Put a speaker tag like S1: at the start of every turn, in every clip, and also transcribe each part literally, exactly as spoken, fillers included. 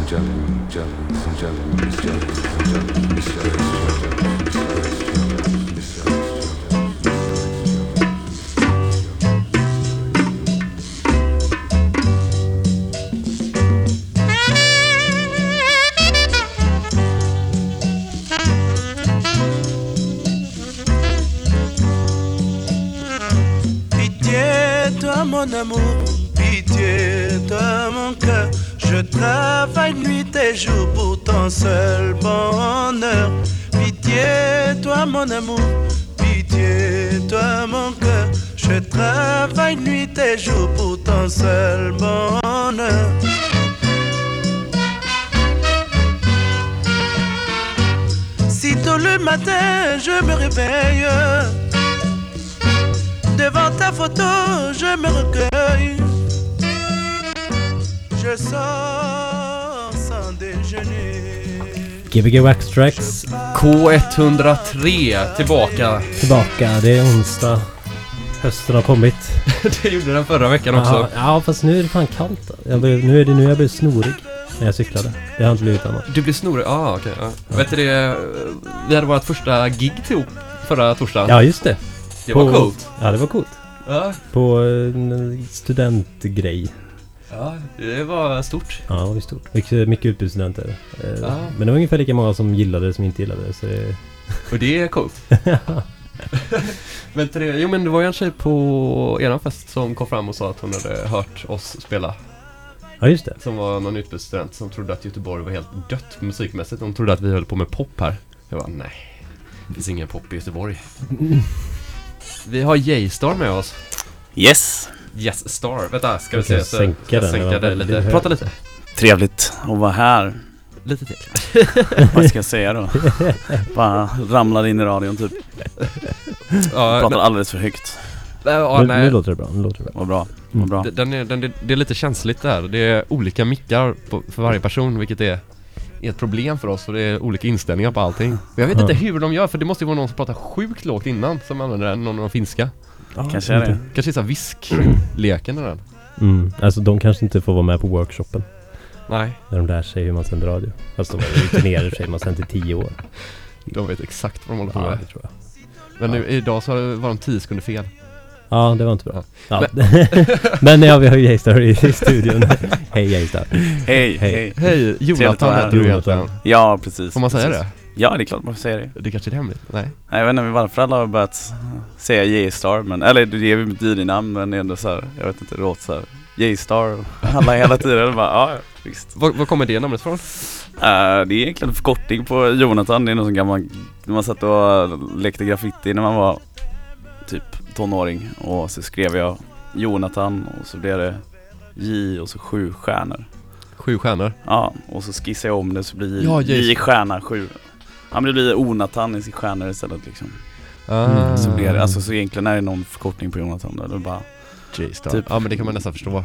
S1: Mon amour, pitié de mon cœur. Je travaille nuit et jour pour ton seul bonheur. Pitié, toi mon amour, pitié, toi mon cœur. Je travaille nuit et jour pour ton seul bonheur. Si tôt le matin je me réveille, devant ta photo, je me recueille. Je sors sans déjeuner.
S2: Gbg Wax Tracks
S3: K ett hundra tre tillbaka.
S2: Tillbaka, det är onsdag. Hösten har kommit.
S3: Det gjorde den förra veckan också.
S2: Ja, ja, fast nu är det fan kallt. Jag blev, nu är det nu jag blir snorig när jag cyklade. Det har inte blivit annat.
S3: Du blir snorig? Ah, okej. Okay, ja. Vet du det? Vi hade vårt första gig till förra torsdagen.
S2: Ja, just det.
S3: Det
S2: på,
S3: var coolt.
S2: Ja, det var coolt.
S3: Ja.
S2: På en studentgrej.
S3: Ja, det var stort.
S2: Ja, det var stort. Mycket, mycket utbytesstudenter.
S3: Ja.
S2: Men det var ungefär lika många som gillade det som inte gillade det. Så det...
S3: Och det är coolt. Men det, jo, men det var ju en tjej på eran fest som kom fram och sa att hon hade hört oss spela.
S2: Ja, just det.
S3: Som var någon utbytesstudent som trodde att Göteborg var helt dött musikmässigt. De trodde att vi höll på med pop här. Jag var nej, det finns ingen pop i Göteborg. Vi har J-Star med oss.
S4: Yes.
S3: Yes, Star. Vänta, ska vi
S2: Jag
S3: se. Så,
S2: sänka den.
S3: sänka det lite.
S2: Hög.
S3: Prata lite.
S4: Trevligt att vara här.
S3: Lite till.
S4: Vad ska jag säga då? Bara ramlar in i radion typ.
S3: Ja,
S4: pratar
S3: men,
S4: alldeles för högt.
S3: Ja,
S2: nu,
S3: nej.
S2: nu låter det bra. Nu låter det bra.
S4: Vad bra. Vad bra.
S3: Den är, den är, det är lite känsligt där. Det är olika mickar på, för varje person, vilket är ett problem för oss, och det är olika inställningar på allting. Jag vet inte hur de gör, för det måste ju vara någon som pratar sjukt lågt innan som använder den, någon av de finska.
S2: Ja,
S4: kanske är det.
S3: Kanske är så här viskleken eller den.
S2: Mm. Alltså de kanske inte får vara med på workshopen.
S3: Nej.
S2: När de lär sig hur man sänder radio. Fast de är rutinerade sig, man sänder i tio år.
S3: De vet exakt vad de håller på
S2: Ja,
S3: med.
S2: det tror jag.
S3: Men
S2: ja.
S3: nu, idag så var de tio sekunder fel.
S2: Ja, det var inte bra. Ja.
S3: Men,
S2: Men ja, vi har ju J-Star i, i studion. Hej J-Star.
S4: Hej, hej.
S3: Hej, Jonathan heter du egentligen.
S4: Ja, precis.
S3: Får man säga
S4: precis.
S3: det?
S4: Ja, det är klart man får säga det.
S3: Det kanske är hemligt. Nej.
S4: Nej, jag vet inte, min varföräldrar har börjat säga J-Star, men eller det är ju mitt I D-namn, men det är ändå så här, jag vet inte, det låter så här J-Star alla hela tiden. Bara, ja, visst.
S3: Var, var kommer det namnet från?
S4: Uh, det är egentligen en förkortning på Jonathan. Det är någon som gammal, man satt och lekte graffiti när man var typ tonåring, och så skrev jag Jonathan och så blev det J och så sju stjärnor.
S3: Sju stjärnor?
S4: Ja, och så skissade jag om det så blir
S3: ja,
S4: J stjärna sju. Ja, men det blir Onatan i sin stjärnor istället liksom.
S3: Ah.
S4: Så blir det, alltså så egentligen är det någon förkortning på Jonathan då, det är bara
S3: J-Star.
S4: Typ.
S3: Ja, men det kan man nästan förstå.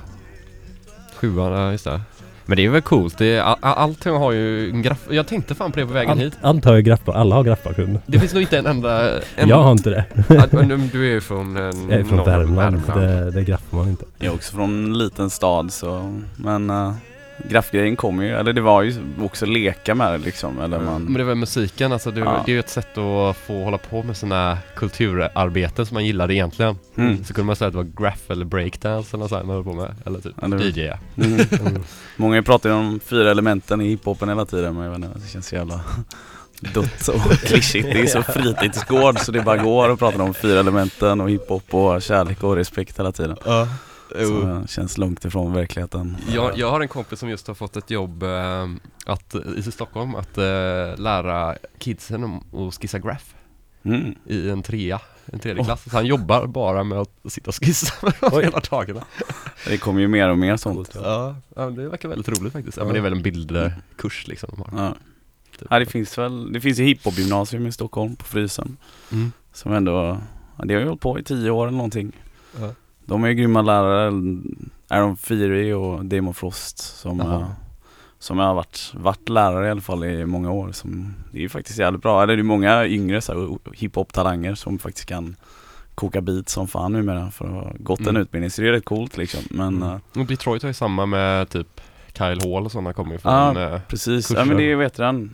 S3: Sjuan, ja, just det. Men det är väl coolt. Det är, all, allting har ju en graff. Jag tänkte fan på det på vägen
S2: Allt,
S3: hit.
S2: allt har ju graff, alla har graffbakgrund.
S3: Det finns nog inte en enda... En,
S2: jag har inte det.
S3: Ja, men du är ju från... En,
S2: Jag är från
S3: norr,
S2: Värmland,
S3: Värmland.
S2: Det, det graffar man inte.
S4: Jag är också från en liten stad så, men uh, graffgrejen kommer ju, eller det var ju också leka med det liksom, eller
S3: Mm.
S4: man...
S3: Men det var musiken, alltså det,
S4: Ja.
S3: det är ju ett sätt att få hålla på med såna kulturarbeten som man gillade egentligen.
S4: Mm.
S3: Så kunde man säga att det var graff eller breakdance eller så här man höll på med, eller typ
S4: Ja, det var-
S3: D J.
S4: Mm. Mm. Många pratar ju om fyra elementen i hiphopen hela tiden, men jag vet inte, det känns så jävla dött och klyschigt. Det är så fritidsgård så det bara går och prata om fyra elementen och hiphop och kärlek och respekt hela tiden.
S3: Ja.
S4: Så det känns långt ifrån verkligheten.
S3: Jag, jag har en kompis som just har fått ett jobb eh, att, i Stockholm att eh, lära kidsen om att skissa graph
S4: Mm.
S3: i en trea, en tredje klass. Så han jobbar bara med att sitta och skissa med dem hela dagarna.
S4: Det kommer ju mer och mer sånt.
S3: Ja, ja, det verkar väldigt roligt faktiskt. Ja, men det är väl en bildkurs liksom de har.
S4: Ja. Ja, det finns väl, det finns ju hiphop-gymnasium i Stockholm på Frysen.
S3: Mm.
S4: Som ändå, ja, det har ju hållit på i tio år eller någonting.
S3: Ja.
S4: De är ju grymma lärare, Aaron Fiery och Damon Frost som,
S3: Aha.
S4: uh, som har varit, varit lärare i alla fall i många år. Som, det är ju faktiskt jävligt bra. Eller det är många yngre så här, hiphop-talanger som faktiskt kan koka bit som fan numera för att ha gått
S3: Mm.
S4: en utbildning. Så det är rätt coolt liksom. Men,
S3: Mm.
S4: uh,
S3: Och Detroit har ju samma med typ Kyle Hall och sådana kommer ju från
S4: Ja,
S3: eh,
S4: precis.
S3: kurser.
S4: Ja, men det vet han.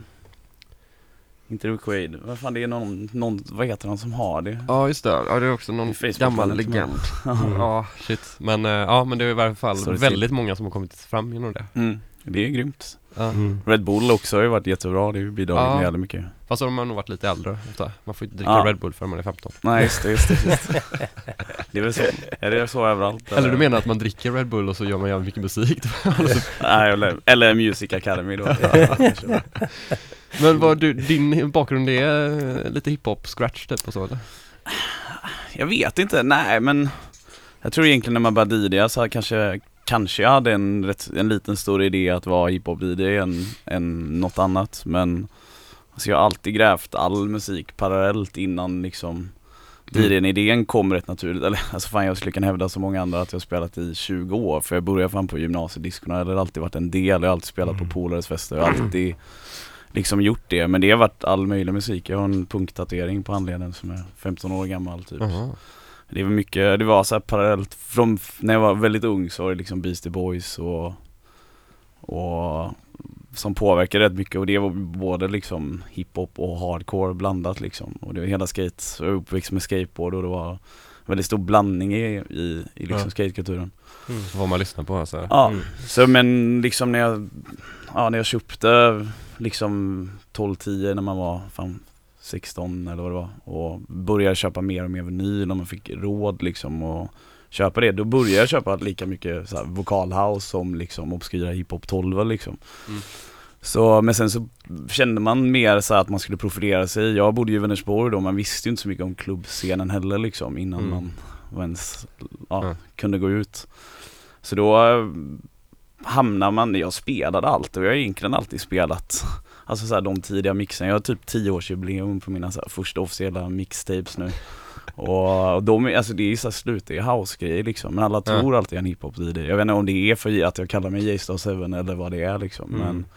S4: Inte Rick Wade. Vad fan, det är någon, någon, vad heter han som har det?
S3: Ja, just det. Ja, det är också någon
S4: Det är
S3: gammal
S4: Facebook-vänner som
S3: legend.
S2: Mm.
S3: Ja, shit. Men eh, ja, men det är i varje fall
S4: Så det
S3: väldigt många som har kommit fram genom det.
S4: Mm. Det är grymt.
S3: Ja.
S2: Mm.
S4: Red Bull också har ju varit jättebra. Det är ju bidragit
S3: Ja.
S4: med jävligt mycket.
S3: Fast de har nog varit lite äldre ofta. Man får inte dricka
S4: Ja.
S3: Red Bull förrän man är femton.
S4: Nej, just det, just det, just det. Det är väl så. Är det så överallt?
S3: Eller du menar att man dricker Red Bull och så gör man jävligt mycket musik?
S4: Nej, eller, eller Music Academy då.
S3: Men vad du, din bakgrund är lite hiphop, scratch typ och så eller?
S4: Jag vet inte, nej men jag tror egentligen när man började D J så kanske, kanske jag hade en, rätt, en liten stor idé att vara hiphop-D J än, än något annat. Men alltså, jag har alltid grävt all musik parallellt innan liksom D J-idén kom rätt naturligt. Eller alltså fan, jag skulle kunna hävda så många andra att jag har spelat i tjugo år. För jag började fan på gymnasiediskorna, det har alltid varit en del. Jag har alltid spelat på polares fester, jag har alltid liksom gjort det. Men det har varit all möjlig musik. Jag har en punktatuering på handleden som är femton år gammal typ.
S3: Uh-huh.
S4: Det var mycket, det var så här parallellt från när jag var väldigt ung så var det liksom Beastie Boys och och som påverkade rätt mycket, och det var både liksom hiphop och hardcore blandat liksom, och det var hela skate, så jag var uppväxt med skateboard och det var en väldigt stor blandning i, i, i liksom
S3: Ja.
S4: skatekulturen.
S2: Mm.
S3: Vad man lyssnar på alltså.
S4: Ja,
S2: Mm.
S4: så men liksom när jag ja, när jag köpte liksom tolv tio när man var fan sexton eller vad det var, och började köpa mer och mer vinyl och man fick råd liksom och köpa det, då började jag köpa lika mycket så här vokalhouse som liksom obskyra hiphop tolv liksom.
S3: Mm.
S4: Så, men sen så kände man mer så här att man skulle profilera sig. Jag bodde ju i Vänersborg då, man visste ju inte så mycket om klubbscenen heller liksom innan
S3: Mm.
S4: man ens ja,
S3: Mm.
S4: kunde gå ut. Så då äh, hamnar man, jag spelade allt och jag har egentligen alltid spelat. Alltså så här, de tidiga mixen. Jag har typ tio års jubileum på mina så här, första officiella mixtapes nu. Och de, alltså det är så här slut, det är house-grejer liksom. Men alla tror
S3: Ja.
S4: alltid en hiphop i det. Jag vet inte om det är för att jag kallar mig J-Star Seven eller vad det är liksom.
S3: Mm.
S4: Men,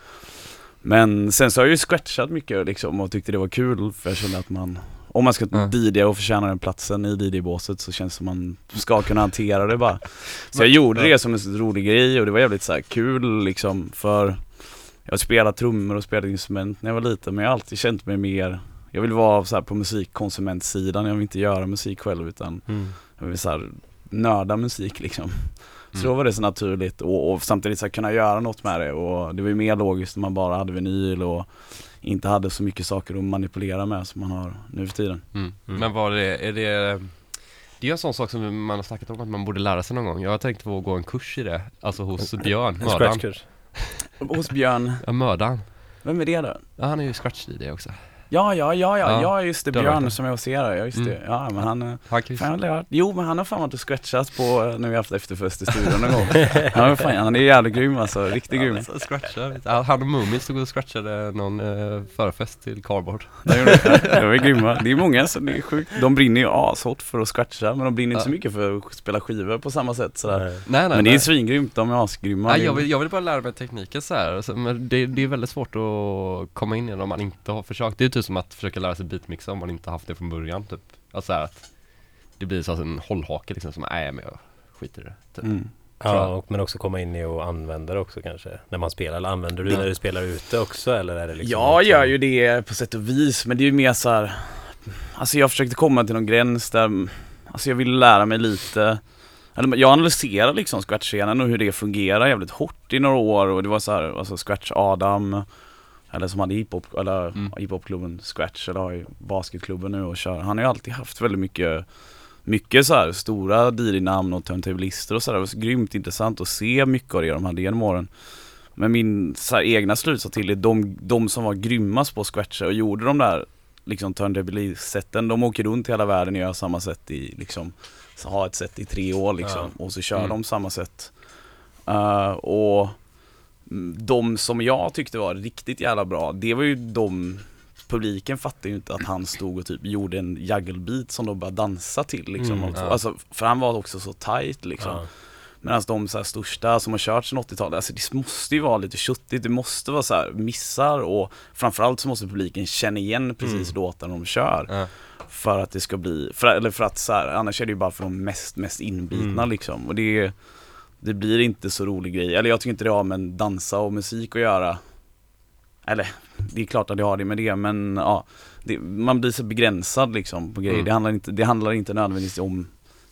S4: men sen så har jag ju scratchat mycket liksom och tyckte det var kul. För jag kände att man, om man ska
S3: Ja.
S4: D J och förtjäna den platsen i D J-båset så känns det som man ska kunna hantera det bara. Så jag gjorde det som en rolig grej och det var jävligt så här kul liksom, för jag har spelat trummor och spelat instrument när jag var liten, men jag har alltid känt mig mer, jag vill vara så här på musikkonsumentsidan, jag vill inte göra musik själv utan
S2: Mm.
S4: jag vill så här nörda musik liksom. Så
S3: Mm.
S4: då var det så naturligt och, och samtidigt så här kunna göra något med det, och det var ju mer logiskt när man bara hade vinyl och inte hade så mycket saker att manipulera med som man har nu för tiden.
S3: Mm.
S2: Mm.
S3: Men var det, är det det är en sån sak som man har snackat om att man borde lära sig någon gång. Jag har tänkt på att gå en kurs i det, alltså hos Björn,
S2: En
S3: mördaren.
S2: scratchkurs.
S4: Hos Björn,
S3: Ja, mördaren.
S4: vem är det då?
S3: Ja, han är ju scratch-D J också.
S4: Ja, ja, ja, ja,
S3: Ja,
S4: ja just det,
S3: det har varit
S4: Björn
S3: det.
S4: som jag ser, ja just det.
S3: Mm.
S4: Ja, men han, eh,
S3: Han kan ju...
S4: fan, jag har, jo men han har fan varit och scratchat på eh, när vi haft efterfest i studion någon gång. Han, fan, han är jävligt grym alltså, riktigt grym.
S3: Ja, scratcha. Ja, han och Mummi stod och scratchade någon eh, förfest till Cardboard.
S4: Det var ju grymma. Det är många så det är sjukt. De brinner ju ashårt för att scratcha, men de brinner inte
S3: Ja.
S4: så mycket för att spela skivor på samma sätt sådär.
S2: Nej.
S3: Nej, nej,
S4: Men det är
S3: nej.
S4: svingrymt, de är asgrymma.
S3: Nej,
S4: Det är-
S3: jag, vill, jag vill bara lära mig tekniken så här. Alltså, men det, det är väldigt svårt att komma in i det om man inte har försökt. Det är typ som att försöka lära sig beatmixa om man inte haft det från början typ. Alltså så här att det blir så att en hållhake liksom som är med och skiter i det typ.
S4: Mm.
S2: Ja,
S3: jag.
S2: och, men också komma in i och använda det också kanske. När man spelar, eller använder du
S3: Ja.
S2: när du spelar ute också? Eller är det liksom
S4: Jag
S2: något
S4: gör
S2: som-
S4: ju det på sätt och vis, men det är ju mer så här. Alltså jag försökte komma till någon gräns där, alltså jag ville lära mig lite, eller jag analyserar liksom scratch-scenen och hur det fungerar jävligt hårt i några år, och det var så här, alltså Scratch Adam, eller som hade hiphop, eller
S3: Mm.
S4: hiphopklubben Scratch, eller har ju basketklubben nu och kör. Han har ju alltid haft väldigt mycket mycket så här stora D J-namn och turntablister och så där. Det var så grymt intressant att se mycket av det de hade genom åren. Men min så här, egna slutsats till är de, de som var grymmast på scratcha och gjorde de där liksom turntabli-sätten, de åker runt i hela världen och gör samma sätt i liksom, så har ett sätt i tre år liksom, och så kör
S3: Mm.
S4: de samma sätt. Uh, och de som jag tyckte var riktigt jävla bra, det var ju de, publiken fattade ju inte att han stod och typ gjorde en juggle-beat som de bara dansa till liksom.
S2: Mm,
S3: ja.
S4: Alltså, för han var också så tight liksom.
S2: Ja.
S4: Medan de så här största som har kört sedan åttiotalet, alltså det måste ju vara lite köttigt, det måste vara så här missar, och framförallt så måste publiken känna igen precis
S2: Mm.
S4: låtarna de kör.
S3: Ja.
S4: För att det ska bli, för, eller för att så här, annars är det ju bara för de mest, mest inbitna
S3: Mm.
S4: liksom. Och det, det blir inte så rolig grej. Eller jag tycker inte det har med dansa och musik att göra. Eller det är klart att det har det med det, men ja, det, man blir så begränsad liksom på grejer. Mm. Det handlar inte det handlar inte nödvändigtvis om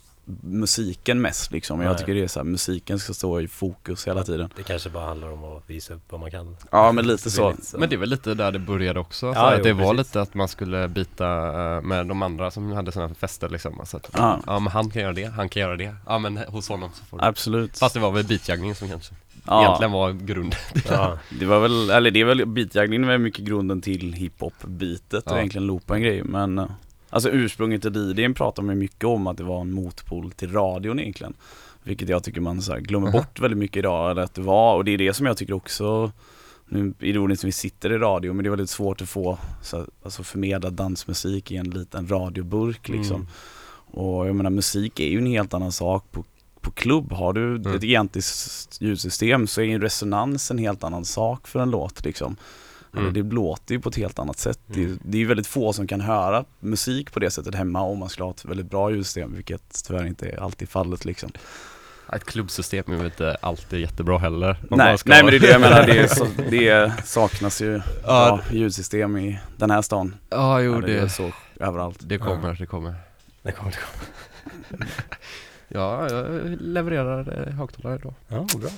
S4: musiken mest liksom. Jag tycker det är så här, musiken ska stå i fokus hela tiden.
S2: Det kanske bara handlar om att visa upp vad man kan.
S4: Ja, men lite så.
S3: så. Men det är väl lite där det började också. Ja,
S2: ja,
S3: att
S2: jo,
S3: det var
S2: precis.
S3: lite att man skulle byta med de andra som hade sådana fester liksom. Alltså att,
S4: ja.
S3: ja, men han kan göra det, han kan göra det. Ja, men hos honom så får du.
S4: Absolut.
S3: Fast det var väl beatjagning som kanske
S4: ja.
S3: egentligen var grunden.
S4: Ja. Det var väl, eller det är väl, beatjagningen var mycket grunden till hiphop-beatet
S3: ja.
S4: och egentligen loopa en grej, men alltså ursprunget till D J:n pratar man mycket om att det var en motpol till radion egentligen. Vilket jag tycker man så här glömmer uh-huh. bort väldigt mycket idag. Eller att det var, och det är det som jag tycker också, nu är det roligt som vi sitter i radio, men det är väldigt svårt att få så här, alltså förmedla dansmusik i en liten radioburk liksom. Mm. Och jag menar, musik är ju en helt annan sak på, på klubb. Har du mm. ett gigantiskt ljudsystem så är ju resonans en helt annan sak för en låt liksom. Mm. Det låter ju på ett helt annat sätt. Mm. Det, det är ju väldigt få som kan höra musik på det sättet hemma om man skulle ha ett väldigt bra ljudsystem, vilket tyvärr inte är alltid fallet liksom.
S3: Ett klubbsystem är väl inte alltid jättebra heller.
S4: Nej, nej men det är det jag menar. Det, är så, det saknas ju ja, ljudsystem i den här stan.
S3: Ja, jo,
S4: ja, det, det är
S3: så
S4: överallt.
S3: Det kommer, det kommer.
S2: Det kommer, det kommer.
S3: Ja, jag levererar högtalare då.
S2: Ja, bra.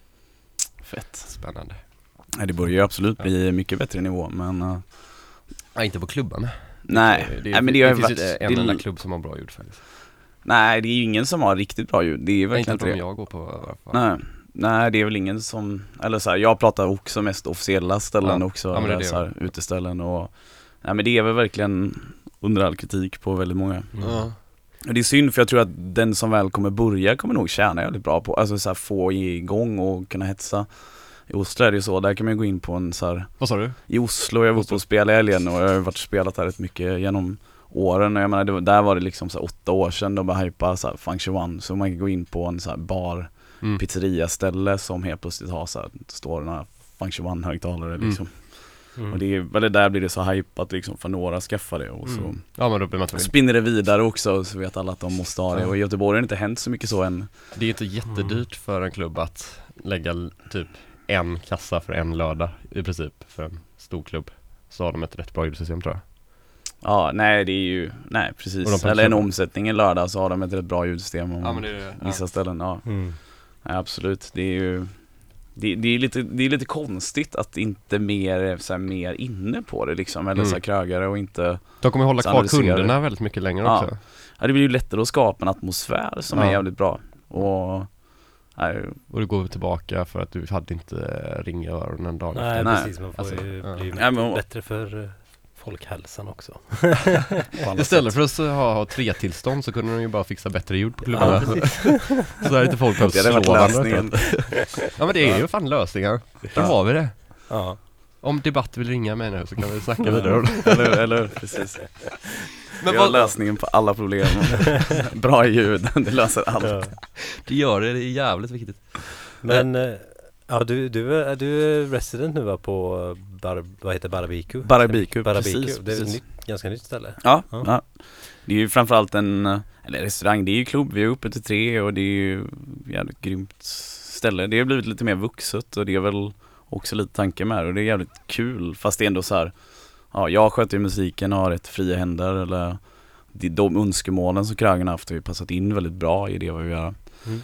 S4: Fett.
S3: Spännande.
S4: Nej, det borde ju absolut bli ja. mycket bättre nivå, men uh...
S3: ja, inte på klubban.
S4: Nej,
S3: det, det,
S4: nej men det, det
S3: finns
S4: varit,
S3: ju en
S4: det,
S3: enda klubb som har bra ljud faktiskt.
S4: Nej, det är ju ingen som har riktigt bra ljud. Det är verkligen
S3: inte
S4: det.
S3: de jag går på.
S4: Nej, nej, det är väl ingen som, eller så här, jag pratar också mest officiella ställen
S3: ja.
S4: också,
S3: ja, men det är
S4: det. Så här, uteställen och nej, men det är väl verkligen under all kritik på väldigt många.
S3: Mm. Ja.
S4: Och det är synd, för jag tror att den som väl kommer börja kommer nog tjäna väldigt bra på, alltså så här, få igång och kunna hetsa. I Oslo är det ju så, där kan man gå in på en så här.
S3: Vad sa du?
S4: I Oslo, jag var på att spela i helgen och jag har varit spelat här rätt mycket genom åren, och jag menar, det var, där var det liksom så här, åtta år sedan de bara hypa så här Function One, så man kan gå in på en så här bar, mm. pizzeria ställe som helt plötsligt har så här, står den här Function One högtalare liksom. Mm. Och det är väl där blir det så hypat liksom, för några skaffa det och så.
S3: Mm. Ja, men då blir man tvungen.
S4: Spinner det vidare också, så vet alla att de måste ha det. Och i Göteborg har det inte hänt så mycket så än.
S3: Det är inte jättedyrt för en klubb att lägga typ en kassa för en lördag i princip för en stor klubb. Så har de ett rätt bra ljudsystem, tror jag.
S4: Ja, nej det är ju, nej precis. Eller en omsättning en lördag så har de ett rätt bra ljudsystem om
S3: ja, men det är,
S4: vissa
S3: ja.
S4: ställen. Ja.
S2: Mm.
S4: Nej, absolut. Det är ju det, det, är lite, det är lite konstigt att inte mer, så här, mer inne på det liksom. Eller mm. så här, krögare och inte.
S3: De kommer hålla kvar kunderna väldigt mycket längre
S4: ja.
S3: också.
S4: Ja, det blir ju lättare att skapa en atmosfär som ja. är jävligt bra. Och nej.
S3: Och du går tillbaka för att du hade inte ring i öronen dag
S2: nej,
S3: efter.
S2: Nej, precis. Man får alltså, ju ja. bli ja, men, bättre för folkhälsan också.
S3: Istället för att ha, ha tre tillstånd så kunde de ju bara fixa bättre ljud på klubbarna. Ja, så är inte folk behöver slå varandra. Ja, men det är ju fan lösningar. Då ja. har vi det.
S2: Ja.
S3: Om debatt vill ringa mig nu så kan vi snacka vidare.
S4: eller, eller precis. Men vi har lösningen på alla problem. Bra ljud, det löser allt. Ja.
S3: Det gör det, det är jävligt viktigt.
S2: Men ja, du, du, är, du är resident nu va, på bar, vad heter Barabiku?
S4: Barabiku,
S2: Barabiku.
S4: precis.
S2: Det är ett
S4: precis.
S2: nytt, ganska nytt ställe.
S4: Ja, ja. ja, det är ju framförallt en, eller restaurang, det är ju klubb, vi är uppe till tre och det är ju jävligt grymt ställe. Det har blivit lite mer vuxet och det är väl också lite tanke med och det är jävligt kul, fast det är ändå så här, ja, jag sköter ju musiken och har rätt fria händer, eller de önskemålen som krögarna haft har ju passat in väldigt bra i det vad vi gör. Mm.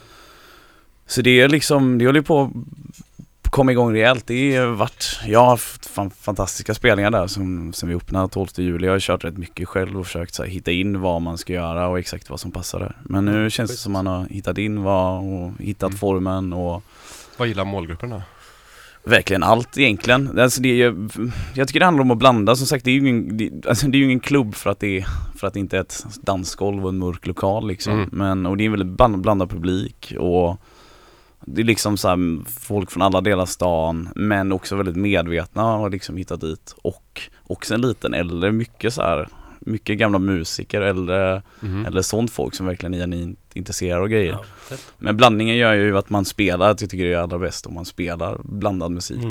S4: Så det är liksom, det håller på att komma igång rejält. Det har varit, jag har haft fan, fantastiska spelningar där som, som vi öppnade tolfte juli. Jag har kört rätt mycket själv och försökt så här, hitta in vad man ska göra och exakt vad som passar där. Men nu känns det som man har hittat in vad och hittat mm. formen och...
S3: Vad gillar målgruppen då?
S4: Verkligen allt egentligen. Alltså det är, jag tycker det handlar om att blanda. Som sagt, det är ju ingen, det, alltså det är ju ingen klubb för att det är, för att det inte är ett dansgolv och en mörk lokal liksom. Mm. Men, och det är en väldigt blandad publik och det är liksom så här, folk från alla delar av stan, men också väldigt medvetna har liksom hittat dit. Och också en liten äldre, mycket så här, mycket gamla musiker eller, mm. eller sånt folk som verkligen är intresserade av grejer. Ja, men blandningen gör ju att man spelar, jag tycker det är allra bäst om man spelar blandad musik. Mm.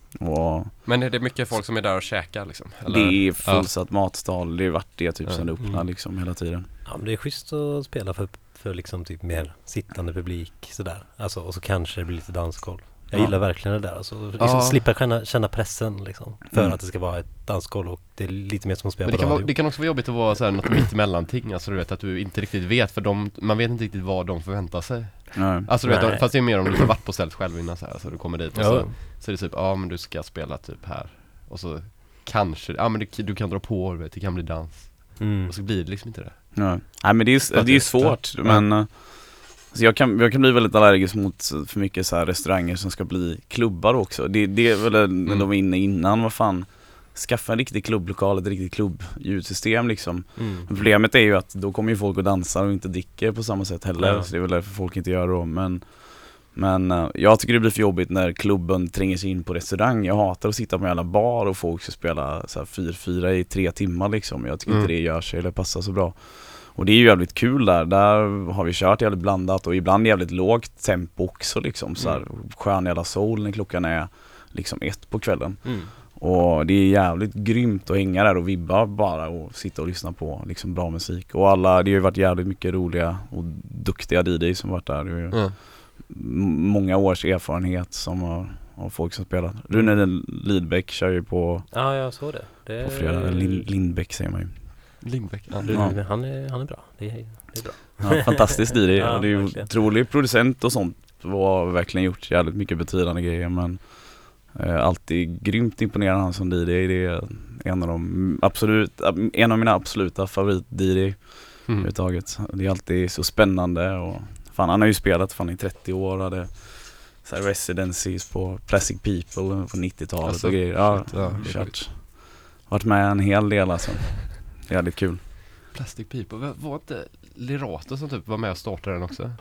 S4: Och
S3: Men är det mycket folk som är där och käkar liksom? Eller?
S4: det är fullsatt ja. matstal, det är vart det typ
S3: Ja.
S4: sen det öppnar
S2: Mm.
S4: liksom hela tiden.
S2: Ja, men det är schysst att spela för, för liksom typ mer sittande publik sådär. Alltså, och så kanske det blir lite dansgolv. Jag
S4: Ja.
S2: gillar verkligen det där. Alltså, liksom
S3: Ja.
S2: slippa känna, känna pressen liksom. För
S4: Mm.
S2: att det ska vara ett dansgolv och det är lite mer som att spela
S3: Men det
S2: på
S3: kan, vara,
S2: radio.
S3: det kan också vara jobbigt att vara så här, något mitt emellanting. Alltså du vet att du inte riktigt vet, för de, man vet inte riktigt vad de förväntar sig.
S4: Ja.
S3: Alltså du vet,
S2: Nej.
S3: fast det är mer om du har varit på stället själv innan så här, så du kommer dit och
S2: Ja.
S3: så, så är det typ, ja men du ska spela typ här. Och så kanske, ja men det, du kan dra på, du vet, det kan bli dans.
S2: Mm.
S3: Och så blir det liksom inte det.
S4: Ja. Nej men det är ju det är ju svårt,
S3: Ja.
S4: men eh, så jag, kan, jag kan bli väldigt allergisk mot för mycket så här restauranger som ska bli klubbar också. Det, det är väl mm. när de var inne innan, vad fan, skaffa en riktig klubblokal, ett riktigt klubbljudsystem liksom.
S2: Mm.
S4: Problemet är ju att då kommer ju folk och dansar och inte dricker på samma sätt heller,
S2: Ja.
S4: så det är väl därför folk inte gör det. Men, men uh, jag tycker det blir för jobbigt när klubben tränger sig in på restaurang. Jag hatar att sitta på en jävla bar och folk ska spela så här fyra fyra i tre timmar liksom. Jag tycker
S3: Mm.
S4: inte det gör sig eller passar så bra. Och det är ju jävligt kul där. Där har vi kört jävligt blandat och ibland jävligt lågt tempo också liksom. Så här, skön jävla soul när klockan är liksom ett på kvällen.
S2: Mm.
S4: Och det är jävligt grymt att hänga där och vibba bara och sitta och lyssna på liksom bra musik. Och alla, det har ju varit jävligt mycket roliga och duktiga D Js som varit där. Det är ju
S3: Mm.
S4: m- många års erfarenhet som har, av folk som spelat. Rune Lidbeck kör ju på,
S2: Ja, jag såg det. det
S4: på fredag. Eller Lin, Lindbäck säger man ju.
S3: Lindbäck, ja.
S2: det,
S4: Ja.
S2: han, är, han är bra. Det är, det är bra.
S4: Ja, fantastisk D J.
S2: Ja,
S4: Och det är ju
S2: verkligen.
S4: otrolig producent och sånt. Och har verkligen gjort jävligt mycket betydande grejer. Men eh, alltid grymt imponerande han som D J. Det är en av de absolut, en av mina absoluta favorit-D J
S3: Mm.
S4: överhuvudtaget. Det är alltid så spännande. Och fan, han har ju spelat fan i trettio år. Hade så här residencies på Plastic People på nittiotalet
S3: Alltså,
S4: och grejer. Ja,
S3: shit, ja, det är
S4: kört. Varit med en hel del alltså. Jävligt kul.
S3: Plastic People, var- var inte Lirato som typ var med och startade den också?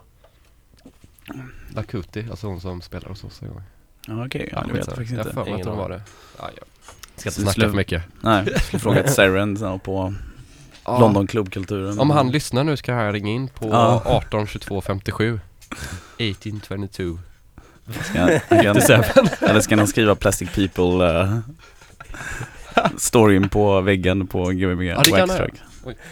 S3: Lakuti, alltså hon som spelar hos oss en gång.
S4: Ja, okej. Ja, det vet jag faktiskt
S3: Jag
S4: inte.
S3: har för mig
S2: Ingen
S3: att hon var
S2: aning.
S3: det. Ja, jag ska inte
S4: Så
S3: snacka
S4: slu-
S3: för mycket.
S4: Nej, jag skulle fråga ett Seren så på
S3: Ja.
S4: London klubbkulturen.
S3: Om han lyssnar nu ska jag ringa in på
S4: Ja.
S3: arton tjugotvå femtiosju arton tjugotvå
S4: Ska han, han kan, eller ska han skriva Plastic People uh, storyn på väggen på G B B
S3: Ja, det kan han
S4: Waxtrack.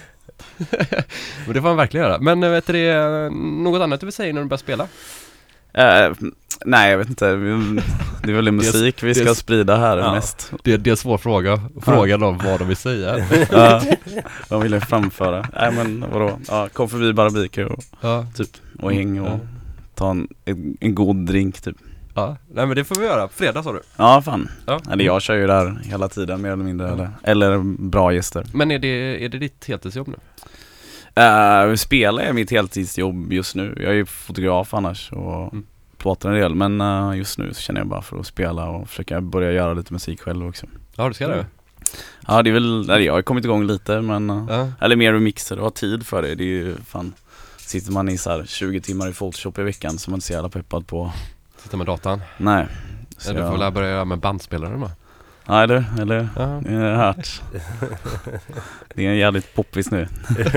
S3: Men det får han verkligen göra. Men vet du det, något annat du vill säga när du börjar spela?
S4: Uh, nej, jag vet inte. Vi- Det är väl musik vi ska
S3: det-
S4: sprida här
S3: Ja.
S4: mest.
S3: Det, det är en svår fråga. Frågan om vad de vill säga.
S4: Ja, vad vill jag framföra? Nej men vadå? Ja, kom förbi Barabiker och
S3: Ja,
S4: typ och häng och
S3: Ja.
S4: ta en, en, en god drink typ.
S3: ja. Nej men det får vi göra. Fredag sa du.
S4: Ja, fan.
S3: Ja.
S4: Eller jag kör ju där hela tiden mer eller mindre. Eller, eller bra gäster.
S3: Men är det, är det ditt heltidsjobb nu?
S4: Uh, spela är mitt heltidsjobb just nu. Jag är ju fotograf annars och
S3: Mm.
S4: plåtar en del. Men uh, just nu så känner jag bara för att spela och försöka börja göra lite musik själv också.
S3: Ja, du ska det.
S4: Ja, det är väl, nej, jag har kommit igång lite men uh,
S3: Ja.
S4: eller mer remixer och har tid för det. Det är ju fan, sitter man i så här tjugo timmar i Photoshop i veckan så man inte så jävla peppad på.
S3: Sitta med datan.
S4: Nej. Så
S3: Eller du får
S4: jag,
S3: väl börja göra med bandspelare med.
S4: ja, eller, eller
S3: Ja.
S4: jag har hört. Det är en jävligt poppis nu.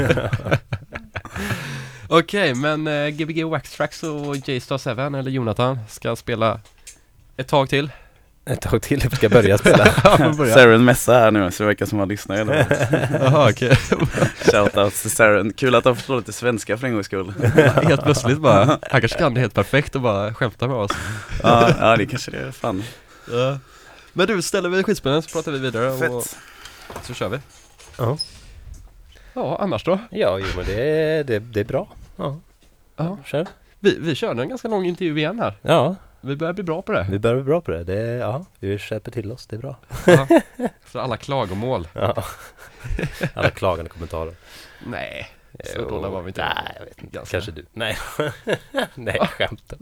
S3: Okej, men eh, G B G Waxtrax och J-Star sju eller Jonathan ska spela ett tag till.
S2: Ett tag till ska jag börja spela.
S4: Saren mässa här nu så det verkar som att man lyssnar eller?
S3: Jaha, okej.
S4: Shoutouts till Saren. Kul att han förstår lite svenska för en gångs skull.
S3: Helt plötsligt bara. Han kanske kan det helt perfekt och bara skämta med oss.
S4: Ja, ja, det kanske det är. Fan.
S3: Ja. Men du, ställer vi skitspelen så pratar vi vidare och
S4: Fett.
S3: så kör vi.
S2: Ja.
S3: Ja, annars då?
S2: Ja, jo, men det är, det, det är bra. Ja,
S3: Ja.
S2: kör.
S3: Vi, vi kör en ganska lång intervju igen här.
S2: Ja,
S3: Vi börjar bli bra på det.
S2: vi börjar bli bra på det. det är, ja, vi köper till oss, det är bra.
S3: Ja. För alla klagomål.
S2: Ja. Alla klagande kommentarer.
S3: Nej, så
S2: Jo,
S3: dåliga var vi inte.
S2: Nej, jag vet inte.
S3: Ganska.
S2: Kanske du. Nej, nej, skämten.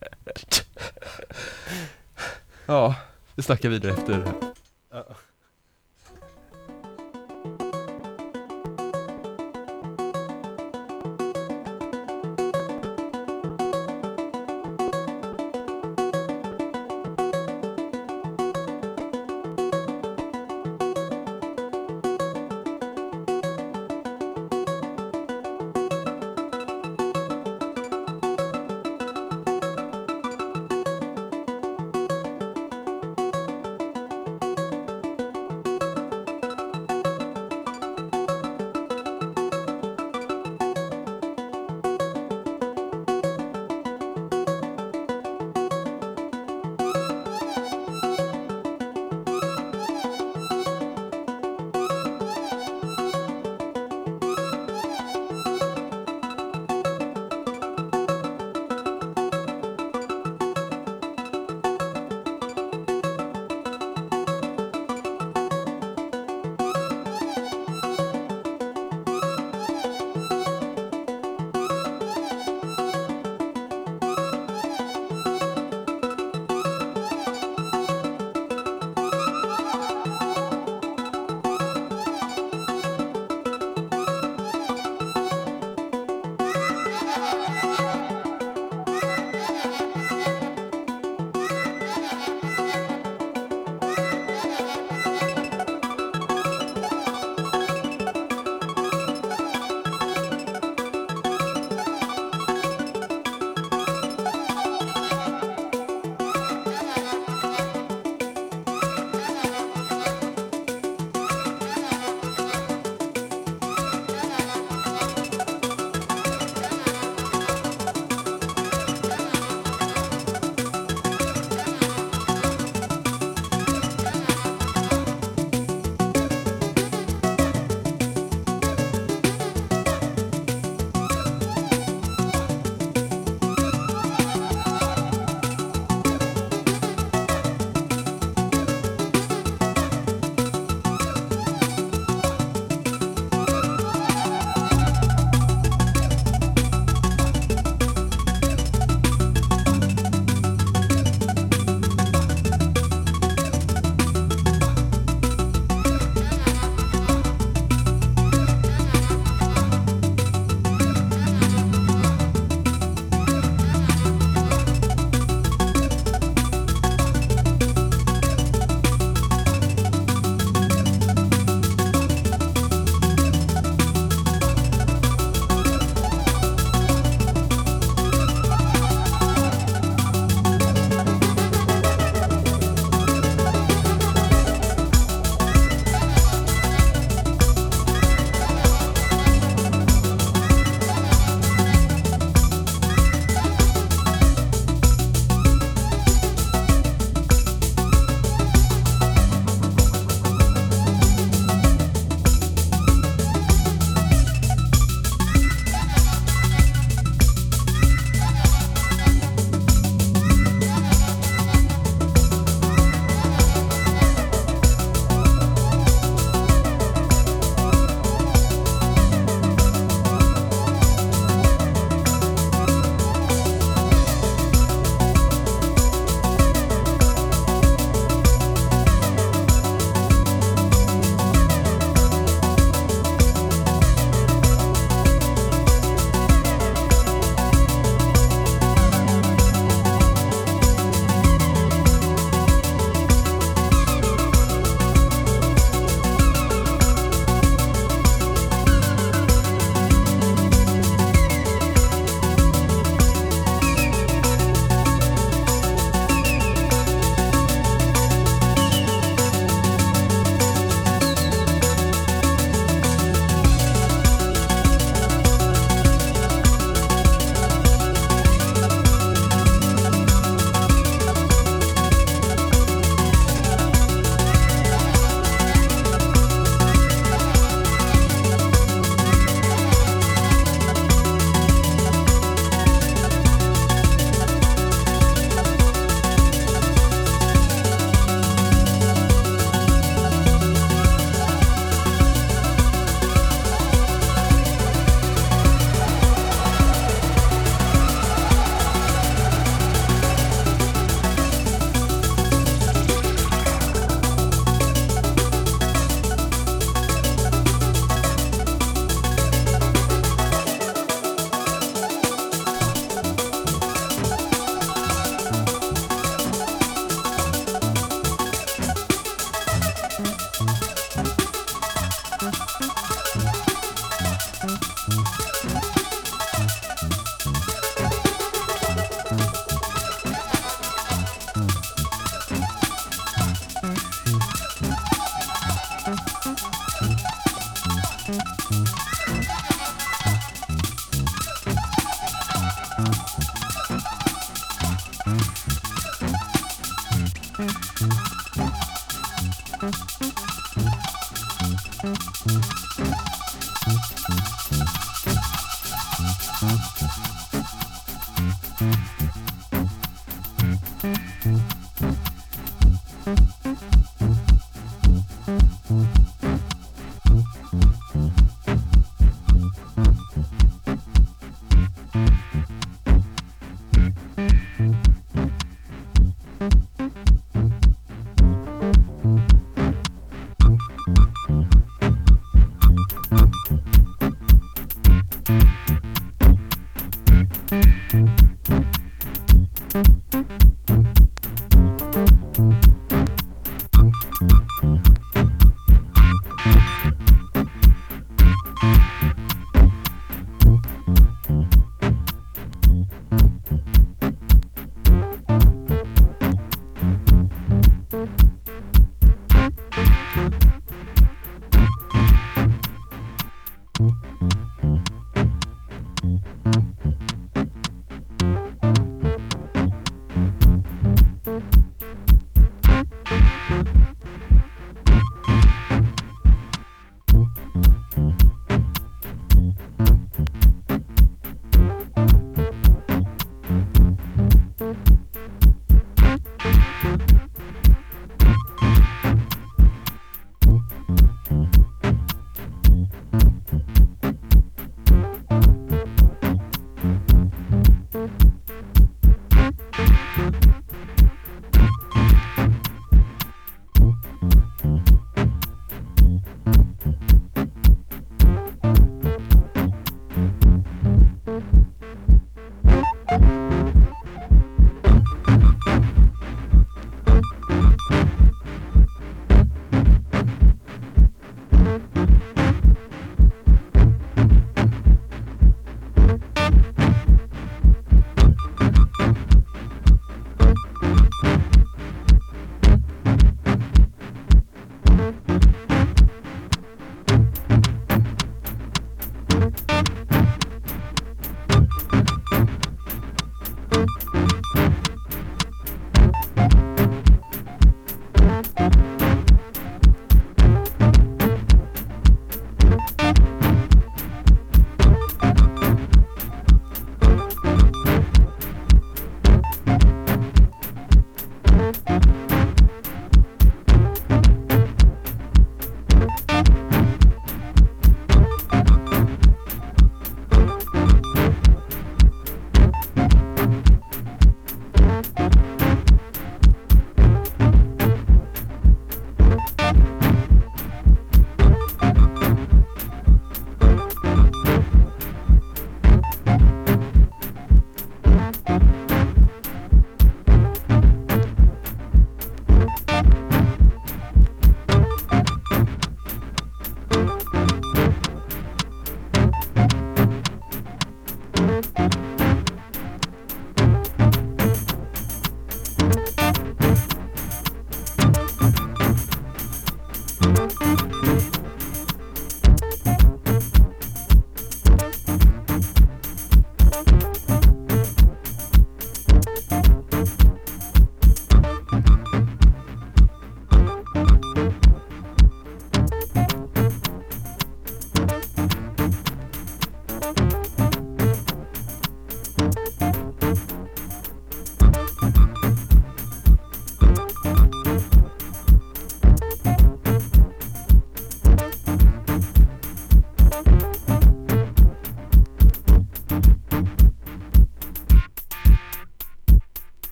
S3: Ja, vi snackar vidare efter.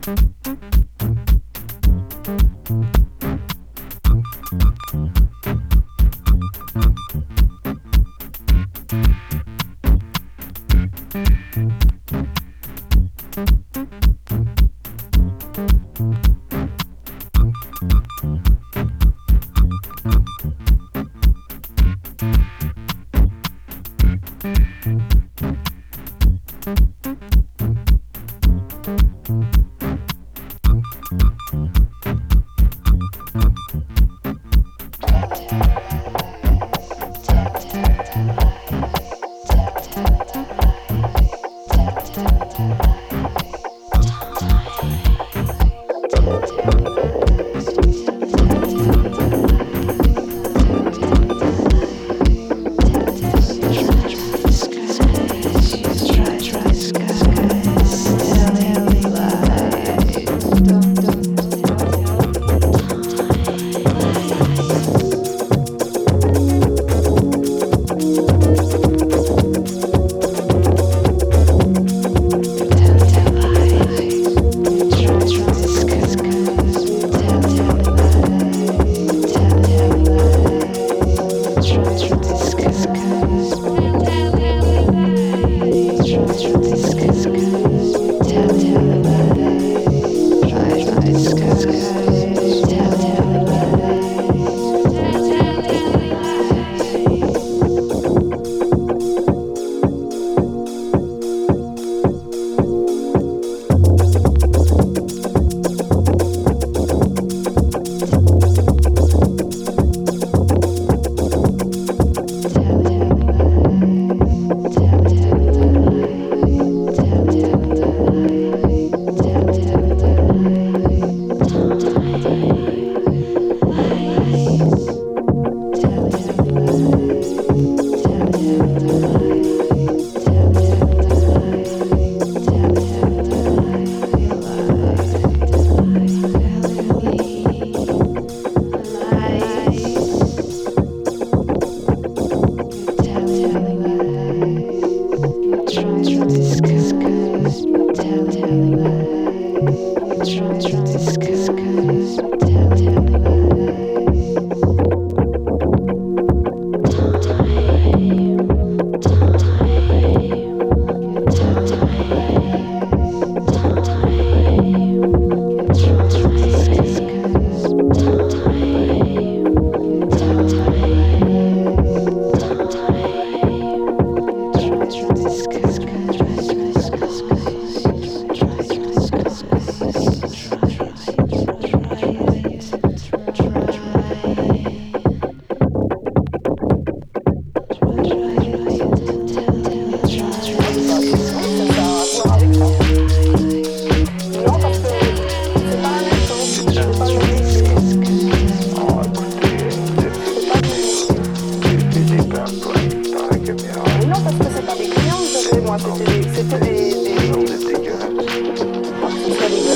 S5: C'était des, c'était des, des...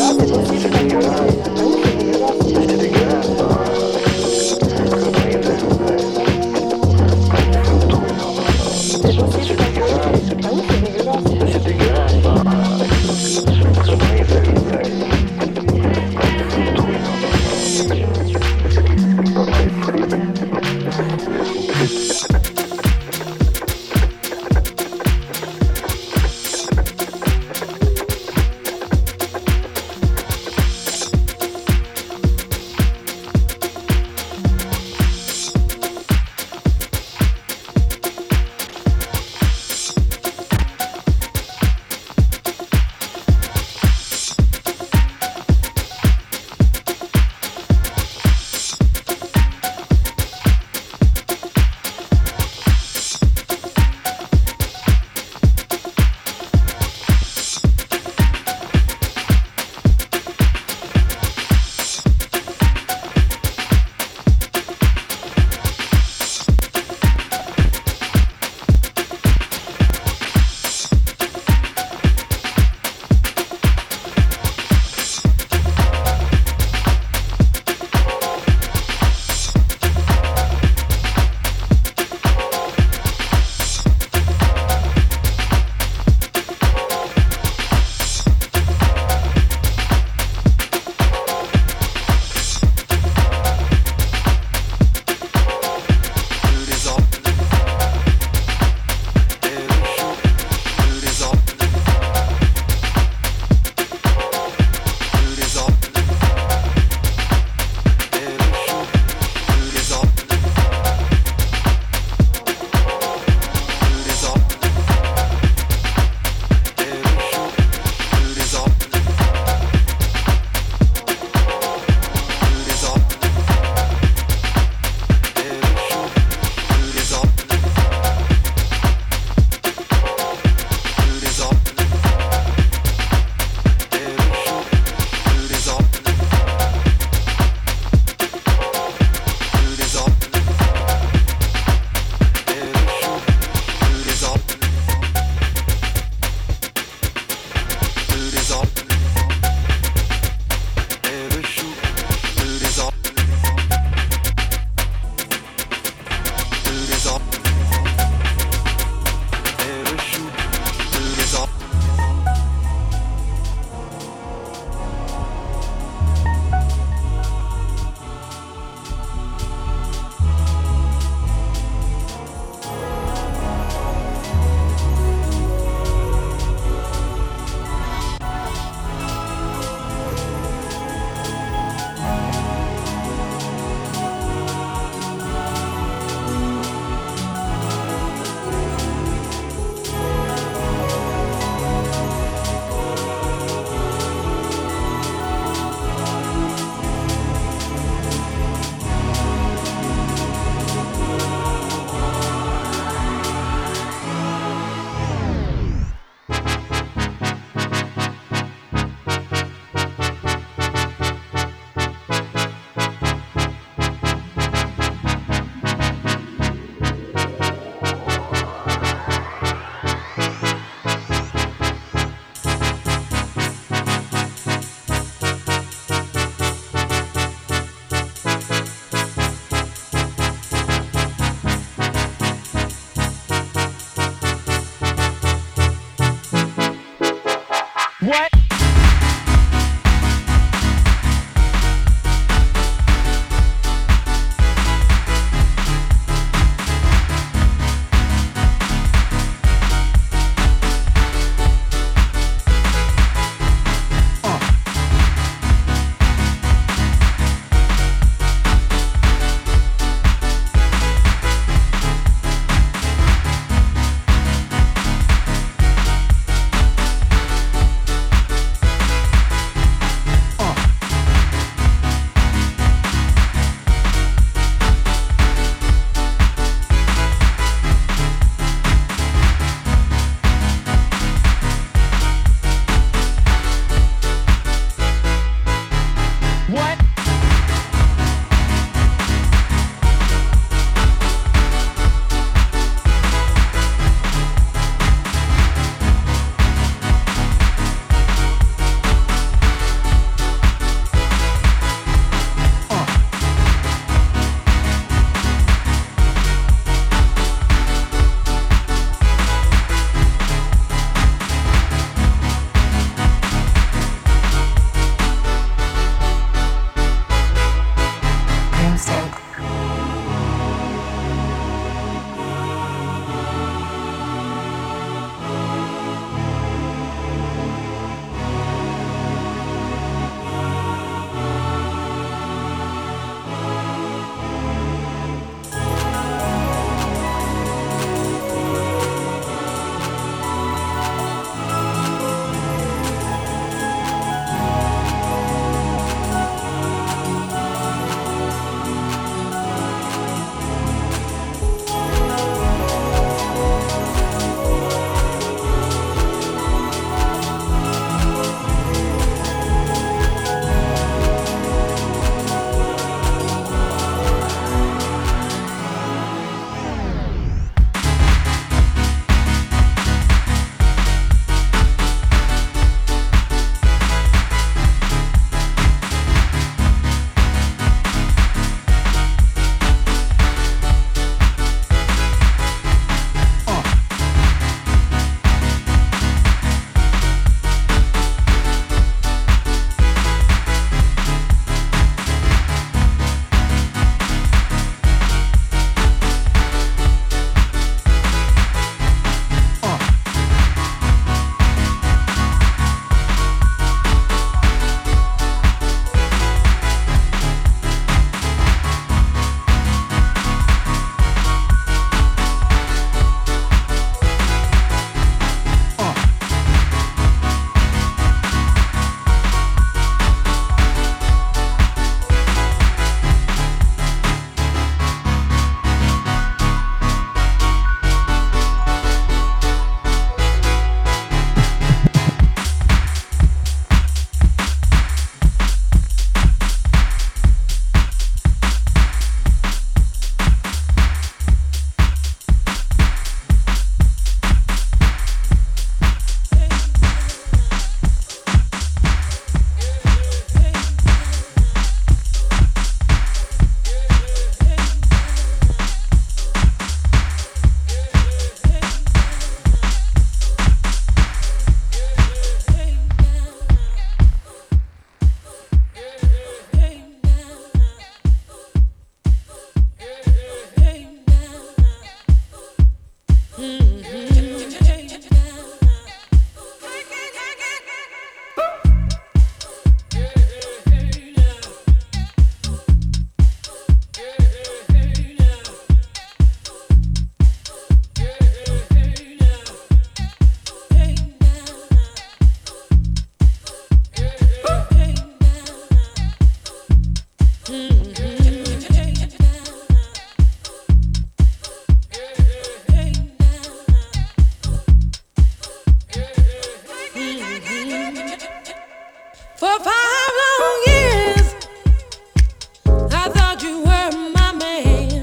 S5: five long years, I thought you were my man,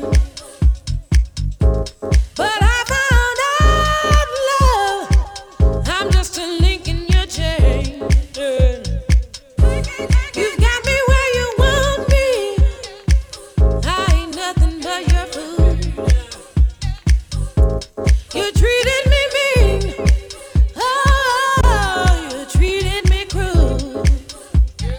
S5: but I found out, love, I'm just a link in your chain. You've got me where you want me, I ain't nothing but your fool. You treated me mean, oh, you treated me cruel.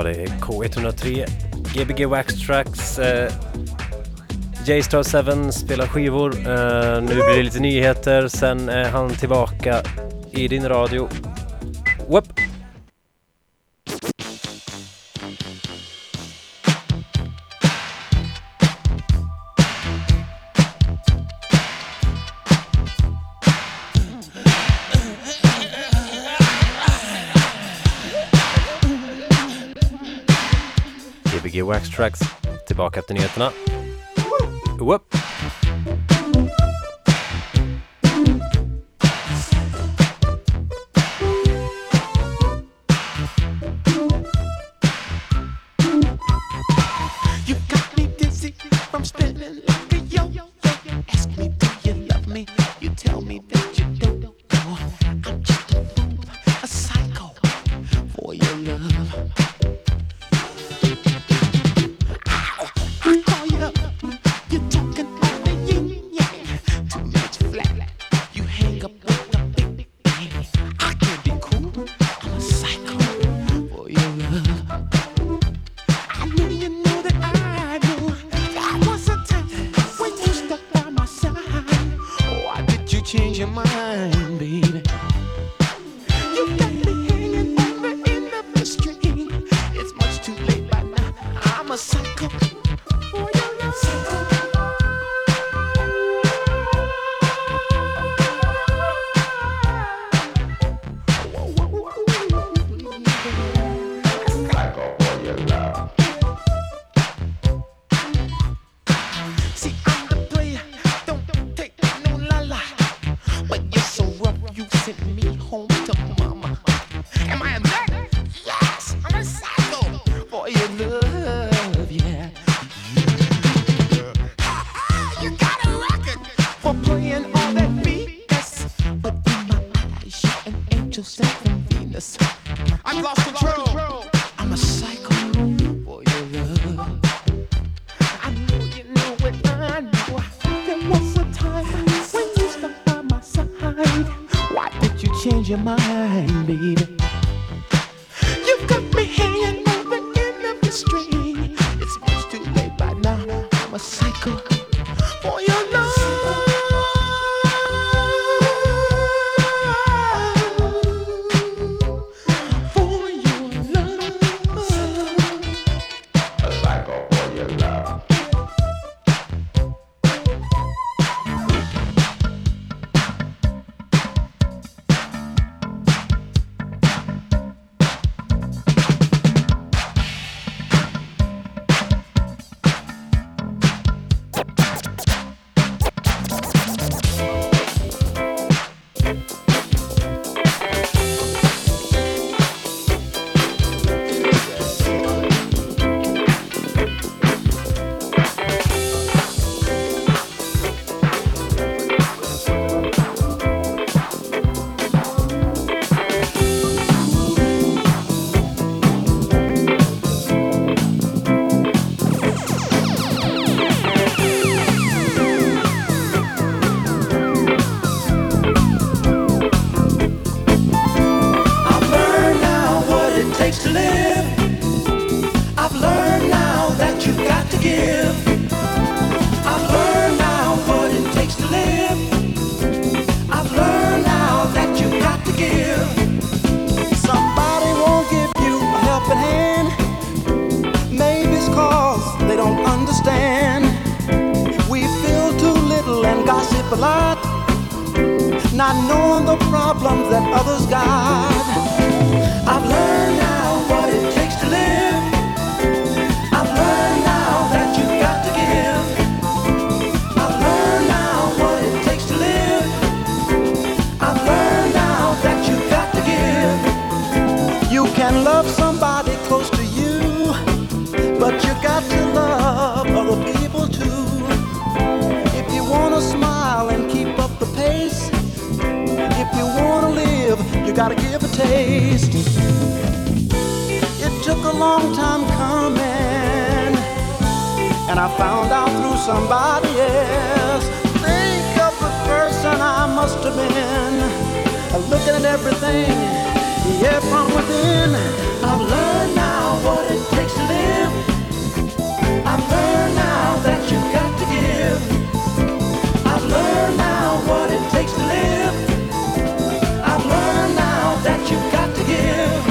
S2: Ja, det är K ett noll tre, G B G Wax Tracks. Eh, J-Star seven spelar skivor. Eh, nu blir det lite nyheter. Sen är han tillbaka i din radio. Whoop! G B G Wax Tracks, tillbaka efter nyheterna. Whoop!
S1: You got me dizzy from spinning like a yo-yo. Ask me, do you love me? You tell me that you don't know. I'm just a fool, a psycho for your love. Ow, I call you up. You're talking all the yin yang. Too much flat. You hang up with the big bang. I can't be cool. I'm a psycho for your love. I know you know that I know. There was a time when you stuck by my side. Why did you change your mind, baby? You got me hanging on the end of the string. It's much too late by now. I'm a psycho for your love. Whoa, whoa, whoa. See, I'm the player, don't take no la-la. But you're so rough, you sent me home to mama. Am I a nut? Yes, I'm a psycho for your love, yeah. You got a record for playing all that B S. But in my eyes, you're an angel sent from Venus. I've lost control. I'm a psycho for your love. I know you know it, I know. There was a time when you stuck by my side. Why did you change your mind, baby? You got me hanging on the end of the string. It's much too late by now. I'm a psycho for your love. For your love. A psycho for your love. I've learned now what it takes to live. I've learned now that you've got to give. I've learned now what it takes to live. I've learned now that you've got to give. Somebody won't give you a helping hand. Maybe it's cause they don't understand. We feel too little and gossip a lot, not knowing the problems that others got. I've learned now what it takes to live. I've learned now that you've got to give. I've learned now what it takes to live. I've learned now that you've got to give. You can love somebody close to you, but you got to love other people too. If you want to smile and keep up the pace, if you want to live, you gotta give a taste. It took a long time coming, and I found out through somebody else. Think of the person I must have been, looking at everything, yeah, from within. I've learned now what it takes to live. I've learned now that you got to give. I've learned now what it takes to live. I've learned now that you got to give.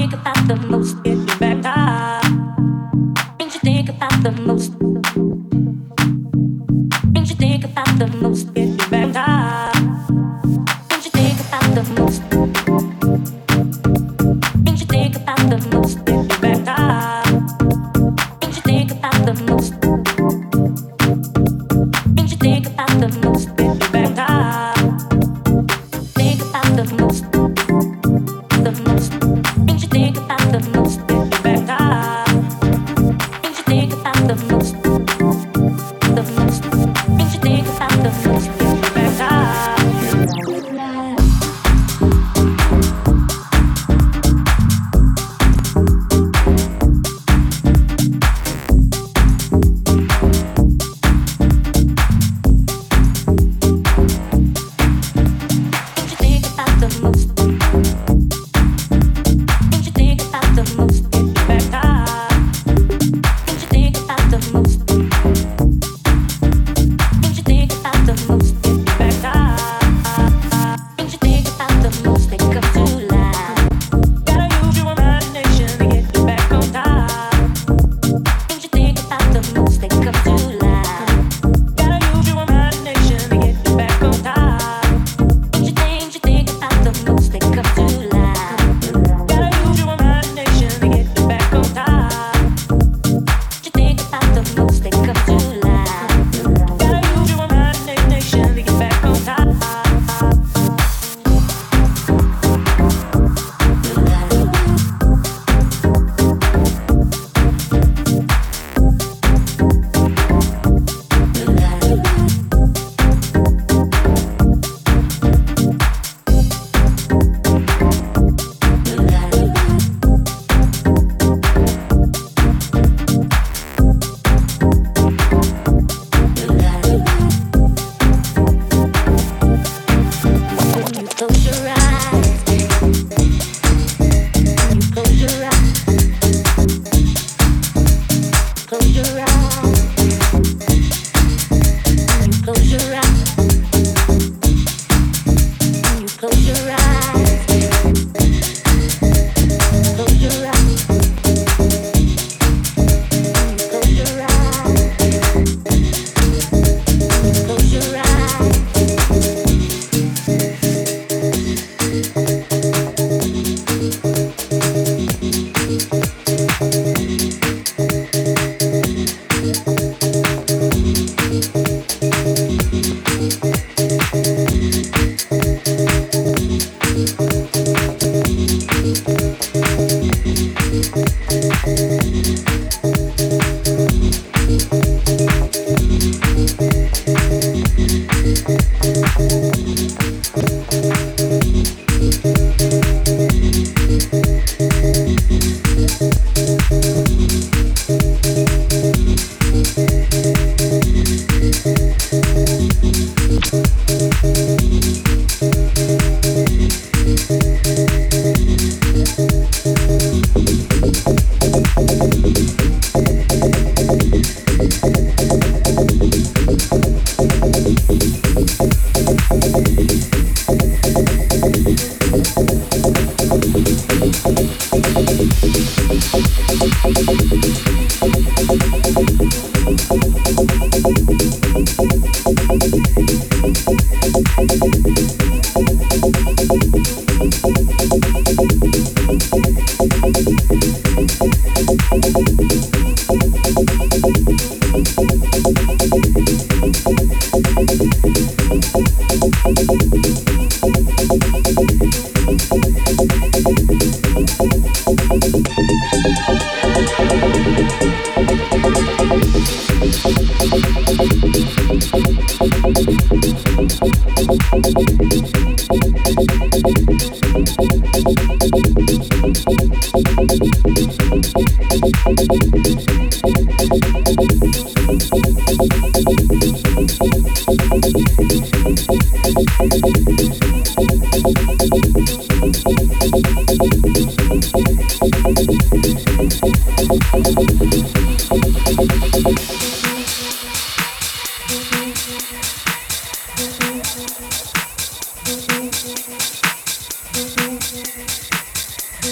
S5: think about the most, get you back up. Things you think about the most. Things you think about the most, get you back up. Things you think about the most. Things you think about the most, get you back up. Things you think about the most. Things you think about the most, get you back up. Think about the most. The most. Things you think about the most, get you back up. Things you think about the most. The most. Things you think about the most, get you back up.
S6: Thank you.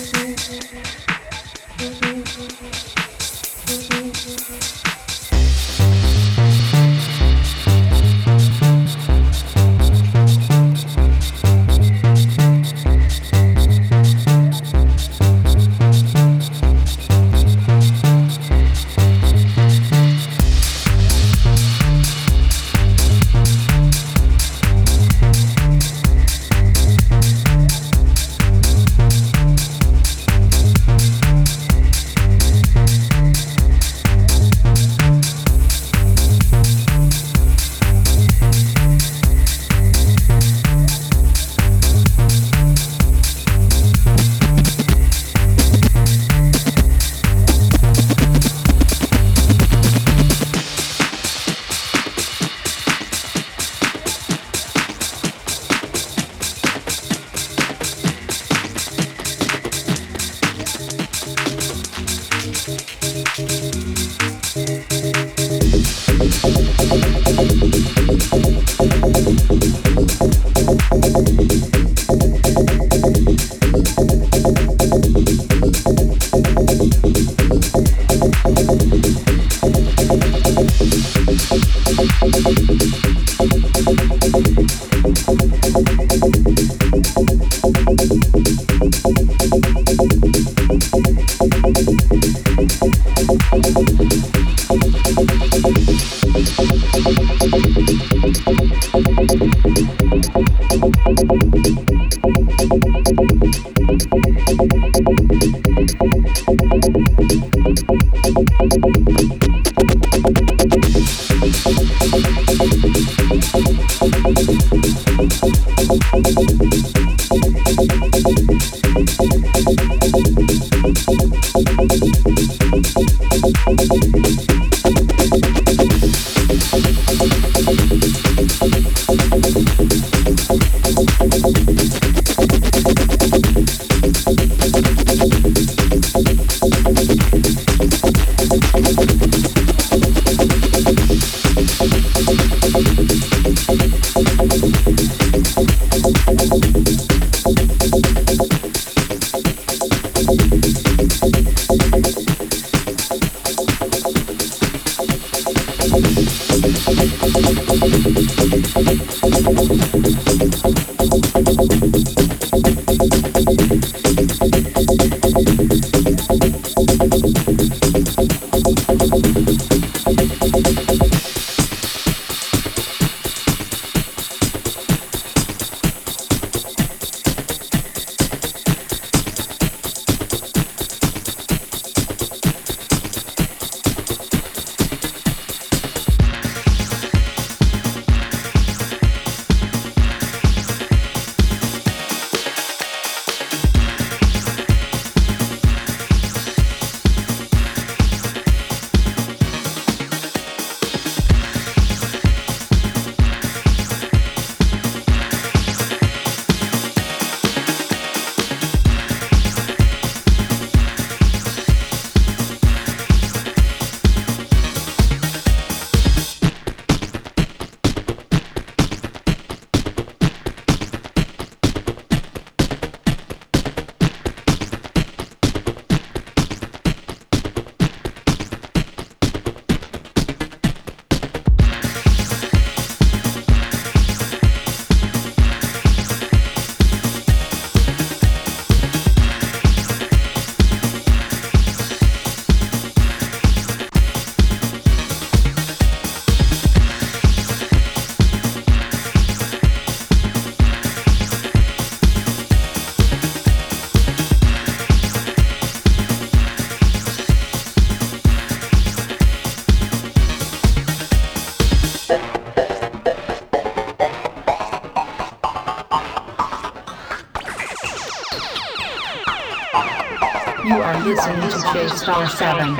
S6: You are listening to J Star seven.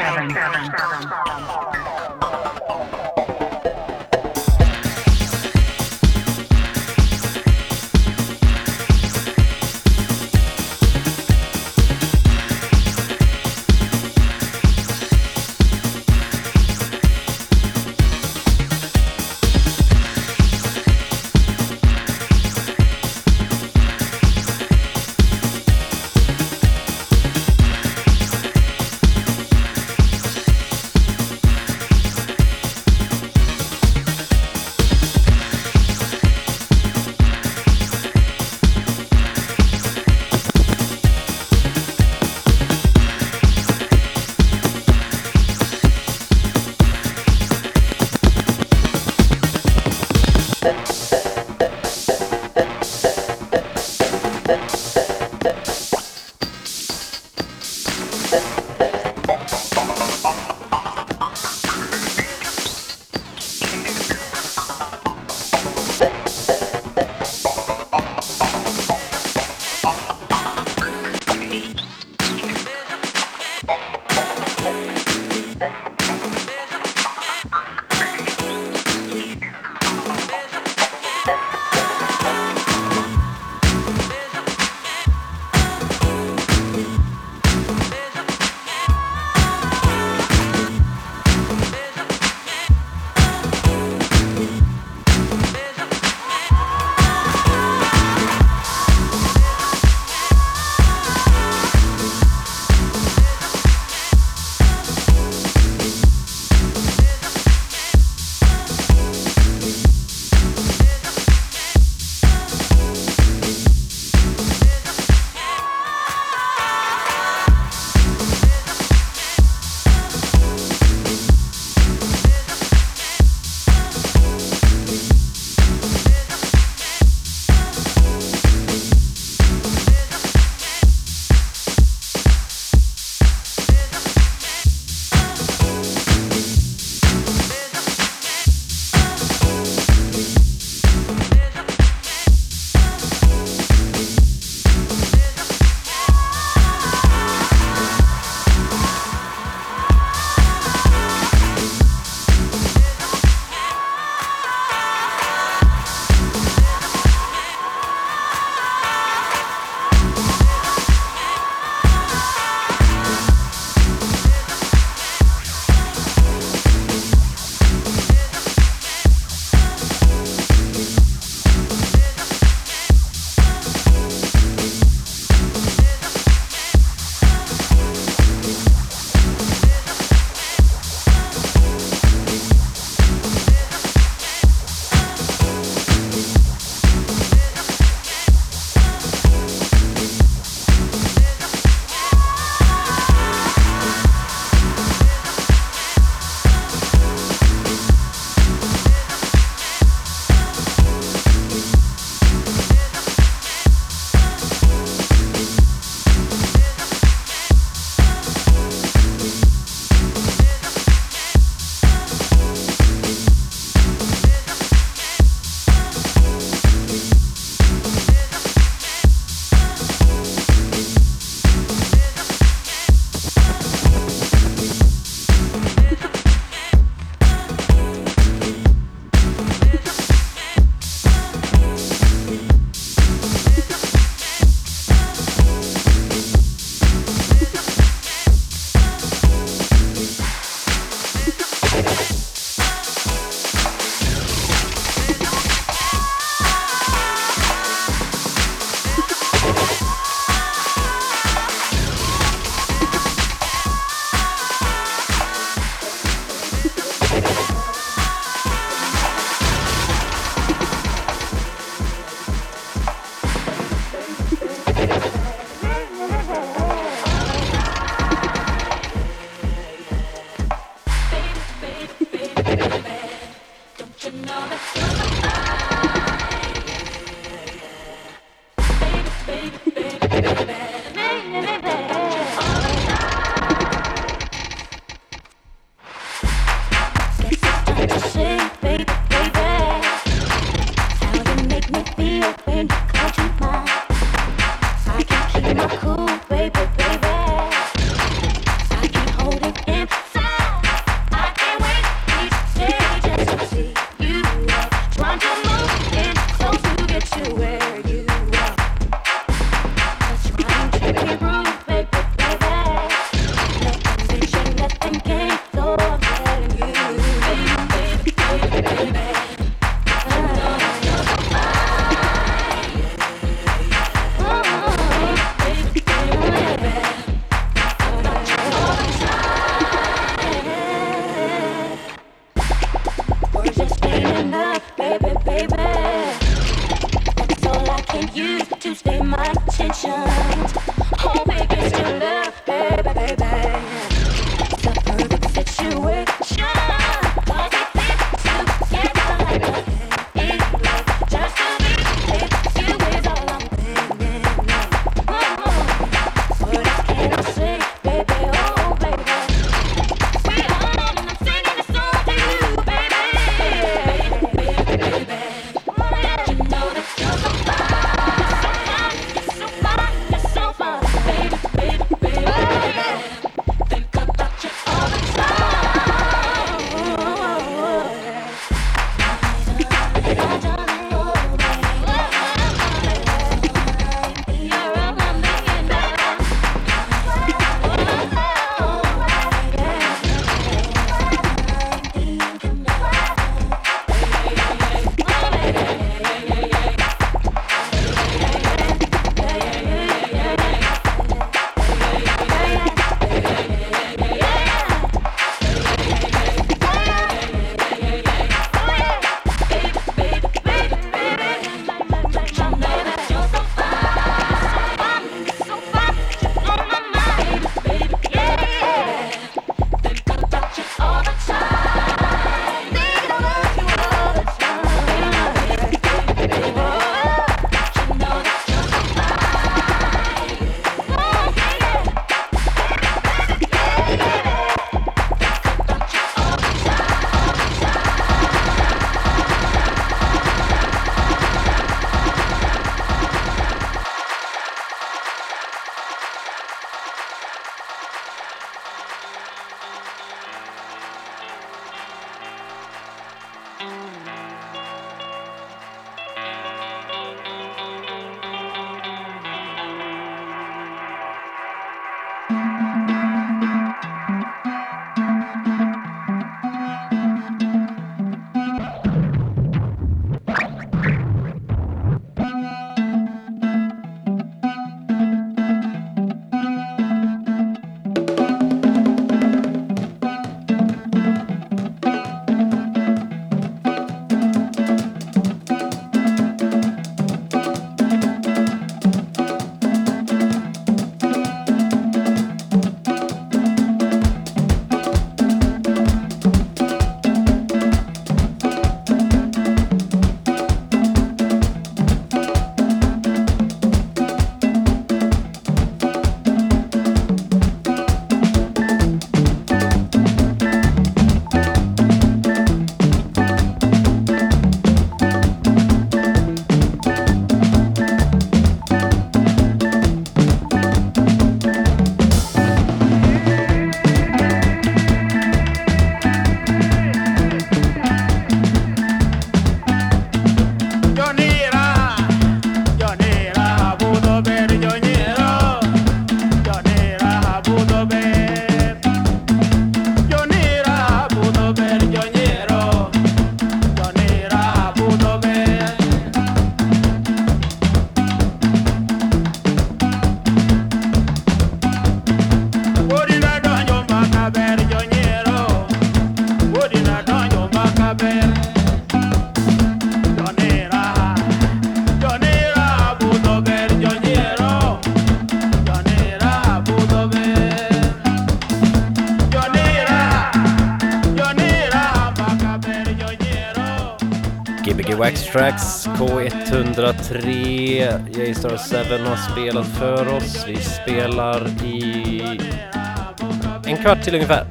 S2: Wax Tracks K ett noll tre. J-Star sju har spelat för oss. Vi spelar i en kvart till ungefär.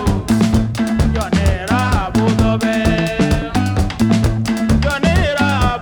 S7: Yo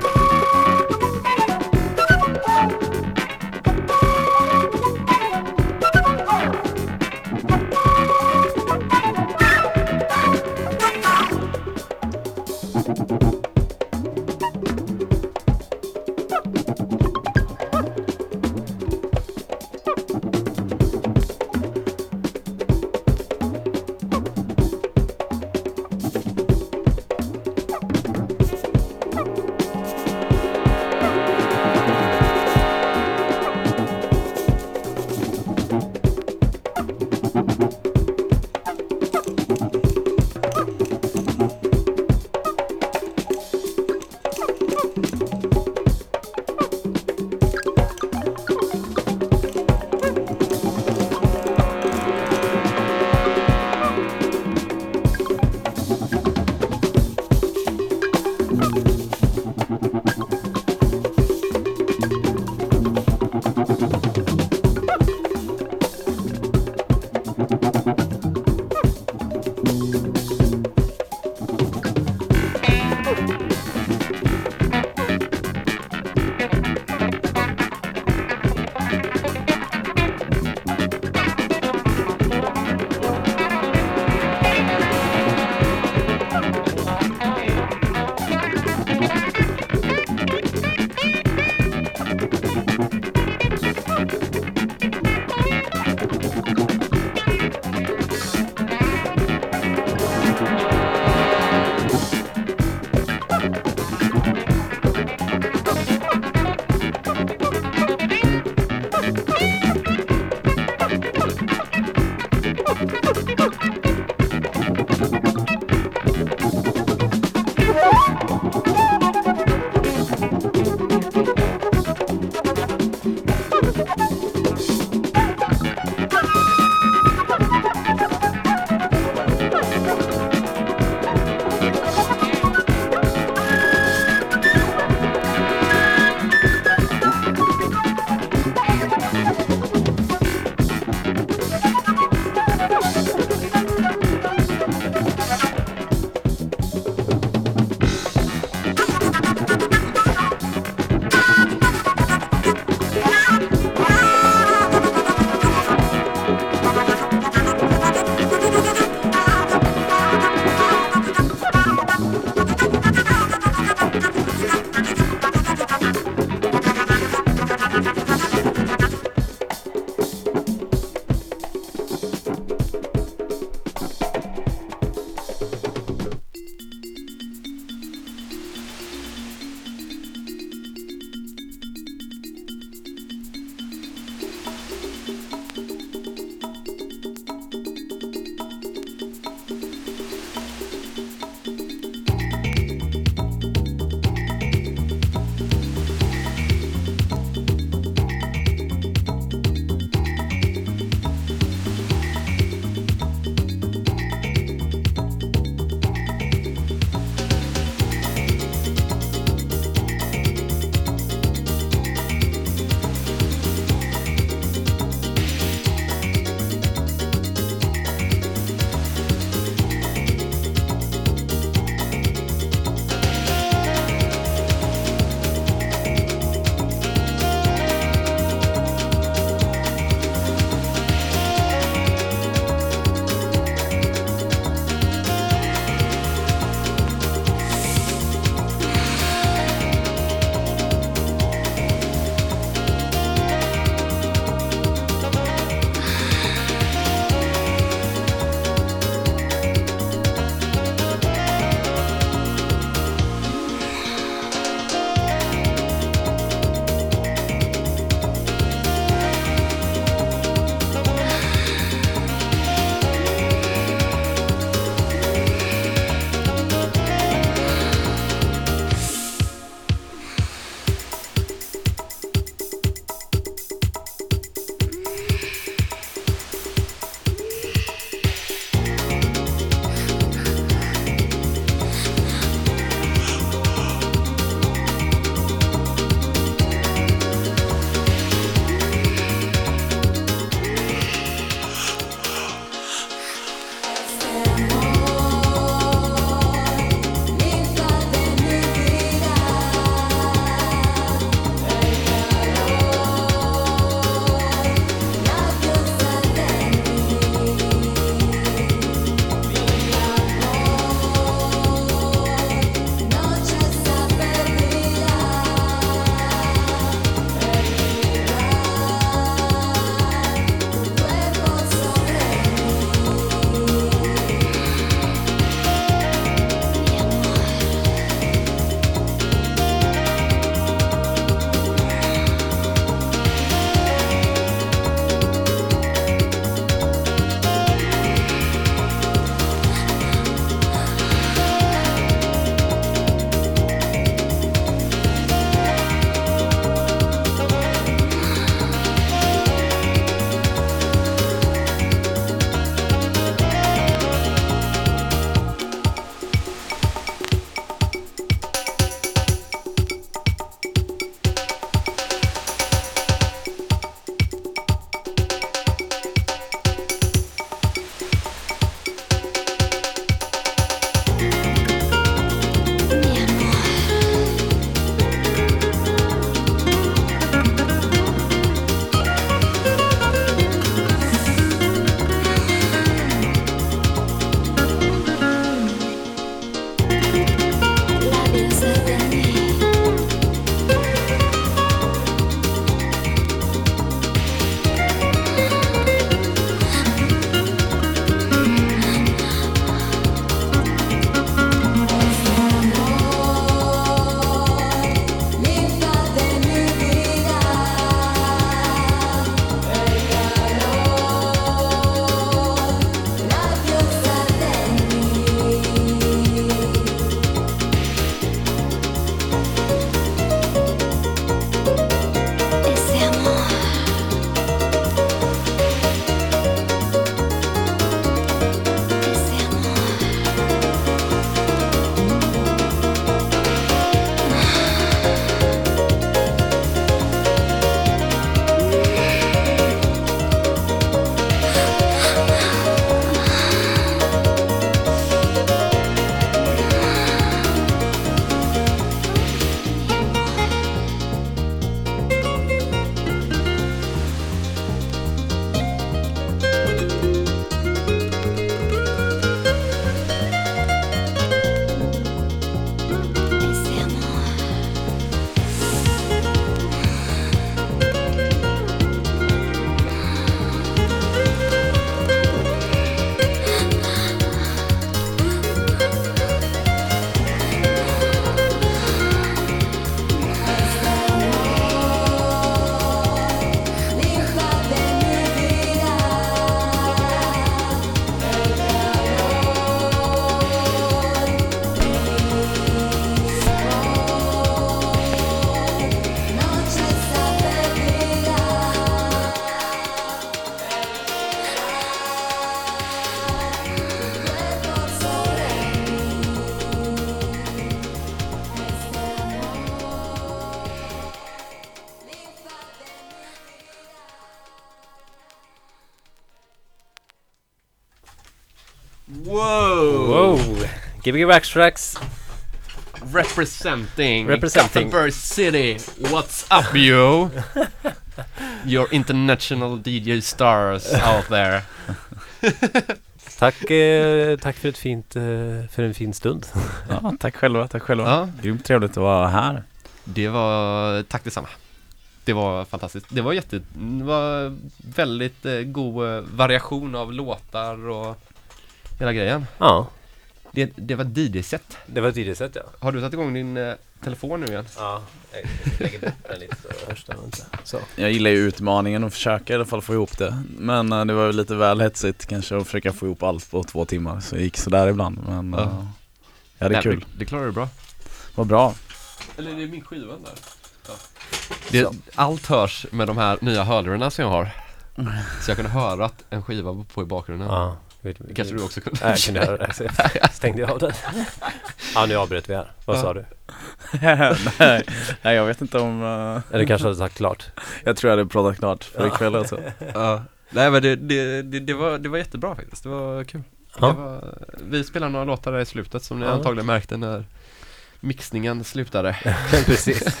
S3: Wow!
S2: Wow! Gbg Wax Tracks.
S3: Representing,
S2: Representing.
S3: Gothenburg City. What's up, yo? Your international D J stars out there.
S2: Tack, eh, tack för ett fint, eh, för en fin stund.
S4: Ja, tack själva, tack själva.
S3: Ja,
S4: Grymt trevligt att vara här.
S3: det var, tack detsamma. Det var fantastiskt. Det var jätte, det var väldigt eh, god eh, variation av låtar och hela grejen.
S2: Ja,
S3: Det, det var D J-set.
S2: det var ett D J-set, ja.
S3: Har du satt igång din eh, telefon nu igen?
S2: Ja, jag lägger bort den lite så hörs den inte. Så.
S4: Jag gillar ju utmaningen och försöka i alla fall få ihop det. Men uh, det var ju lite väl hetsigt kanske att försöka få ihop allt på två timmar. Så det gick sådär ibland. Men uh,
S3: Ja.
S4: ja, det är
S3: Nej,
S4: kul.
S3: Det, det klarar du bra.
S4: Vad bra.
S3: Eller är det min skiva där? Ja. Det, allt hörs med de här nya hörlurarna som jag har. Så jag kunde höra att en skiva var på i bakgrunden.
S2: Ja,
S3: Det kanske du också kunde.
S2: Nej, jag kunde höra det. Så jag stängde jag av den. Ja, nu avbröt vi här. Vad
S3: Ja.
S2: sa du?
S4: nej, nej, jag vet inte om... Uh,
S2: Eller kanske hade sagt klart.
S4: jag tror jag hade pratat klart för
S2: Ja.
S4: ikväll alltså.
S3: Ja. Nej men det, det, det, det, var, det var jättebra faktiskt. Det var kul.
S2: Ja.
S3: Det var, vi spelade några låtar där i slutet som ni
S2: Ja.
S3: antagligen märkte när mixningen slutade.
S2: Precis.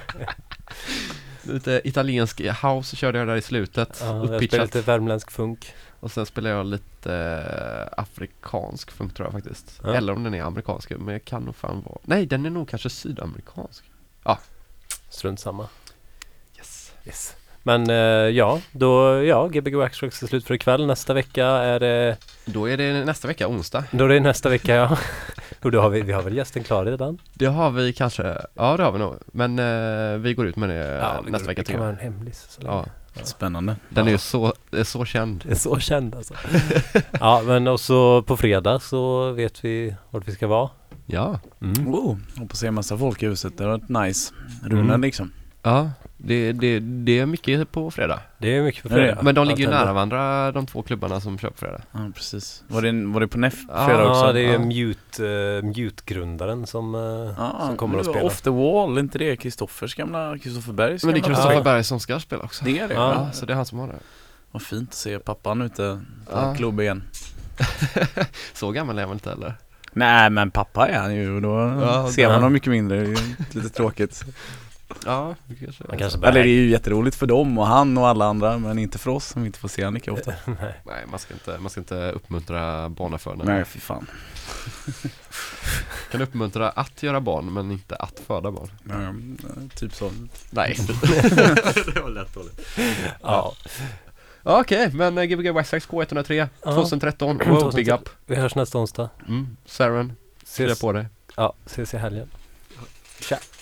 S3: Lite italiensk house körde jag där i slutet.
S2: Ja, jag spelar
S3: Uppitchat.
S2: lite värmländsk funk.
S3: Och sen spelar jag lite eh, afrikansk funk tror jag faktiskt.
S2: Ja.
S3: Eller om den är amerikansk. Men jag kan nog fan vara... Nej, den är nog kanske sydamerikansk.
S2: Strunt samma.
S3: Yes.
S2: Yes. Men eh, ja, då, ja, Gbg Wax Tracks är slut för ikväll. Nästa vecka är det,
S3: Då är det nästa vecka, onsdag.
S2: då är det nästa vecka, ja. Och då har vi, vi har väl gästen klar redan?
S3: Det har vi kanske... Ja, det har vi nog. Men eh, vi går ut med det
S2: Ja,
S3: nästa vecka
S2: det
S3: tycker
S2: kan vara
S3: jag.
S2: en hemlis. Så länge.
S3: Ja,
S4: Spännande.
S3: den är
S2: Ja.
S3: ju så, är så känd.
S2: Det är så känd alltså. Ja, men också på fredag så vet vi vart vi ska vara.
S3: Ja.
S2: Mm.
S4: Oh, hoppas se en massa folk i huset. Det var ett nice runda
S3: Mm.
S4: liksom.
S3: Ja, det, det, det är mycket på fredag.
S2: Det är mycket på
S4: Ja, det är
S2: fredag.
S3: Men de ligger ju
S2: Allt händer.
S3: nära varandra, de två klubbarna som kör på fredag.
S4: Ja, precis. Var det, var det på N E F
S3: Ja,
S4: fredag också?
S2: Ja, det är
S3: Ja.
S2: Mute, uh, Mute-grundaren som, uh,
S4: Ja,
S2: som kommer
S4: men
S2: att
S4: det var
S2: spela.
S4: Off the Wall, inte det Kristoffers gamla, Kristoffer Bergs
S3: Men det är
S4: gamla
S3: Kristoffer
S2: Ja.
S3: Berg som ska spela också.
S4: Det är det,
S2: Ja.
S4: ja.
S3: Ja, så det är han som har det.
S4: Vad fint att se pappan ute på
S3: Ja.
S4: klubb igen.
S3: Så gammal är han väl inte eller?
S4: Nej, men pappa är han ju och då
S3: Ja,
S4: ser
S2: ja.
S4: man honom mycket mindre. Det är ju lite tråkigt.
S3: Ja, det kanske.
S2: Man kanske
S4: Eller det är
S2: börjar...
S4: ju jätteroligt för dem och han och alla andra, men inte för oss som inte får se honom lika ofta.
S2: Nej.
S3: Nej, man ska inte, man ska inte uppmuntra barnafödande.
S4: Nej, fy fan.
S3: Kan uppmuntra att göra barn, men inte att föda barn.
S4: Ja, typ så.
S3: Nej. Det var lätt dåligt.
S2: Ja.
S3: Ja, okej, men uh, Gbg Wax Tracks K ett noll tre
S2: Ja.
S3: tjugohundratretton. Wow, big up.
S2: Vi hörs nästa onsdag.
S3: Mm. Saren, ser
S2: Ses.
S3: på dig.
S2: Ja, ses i helgen. Tja.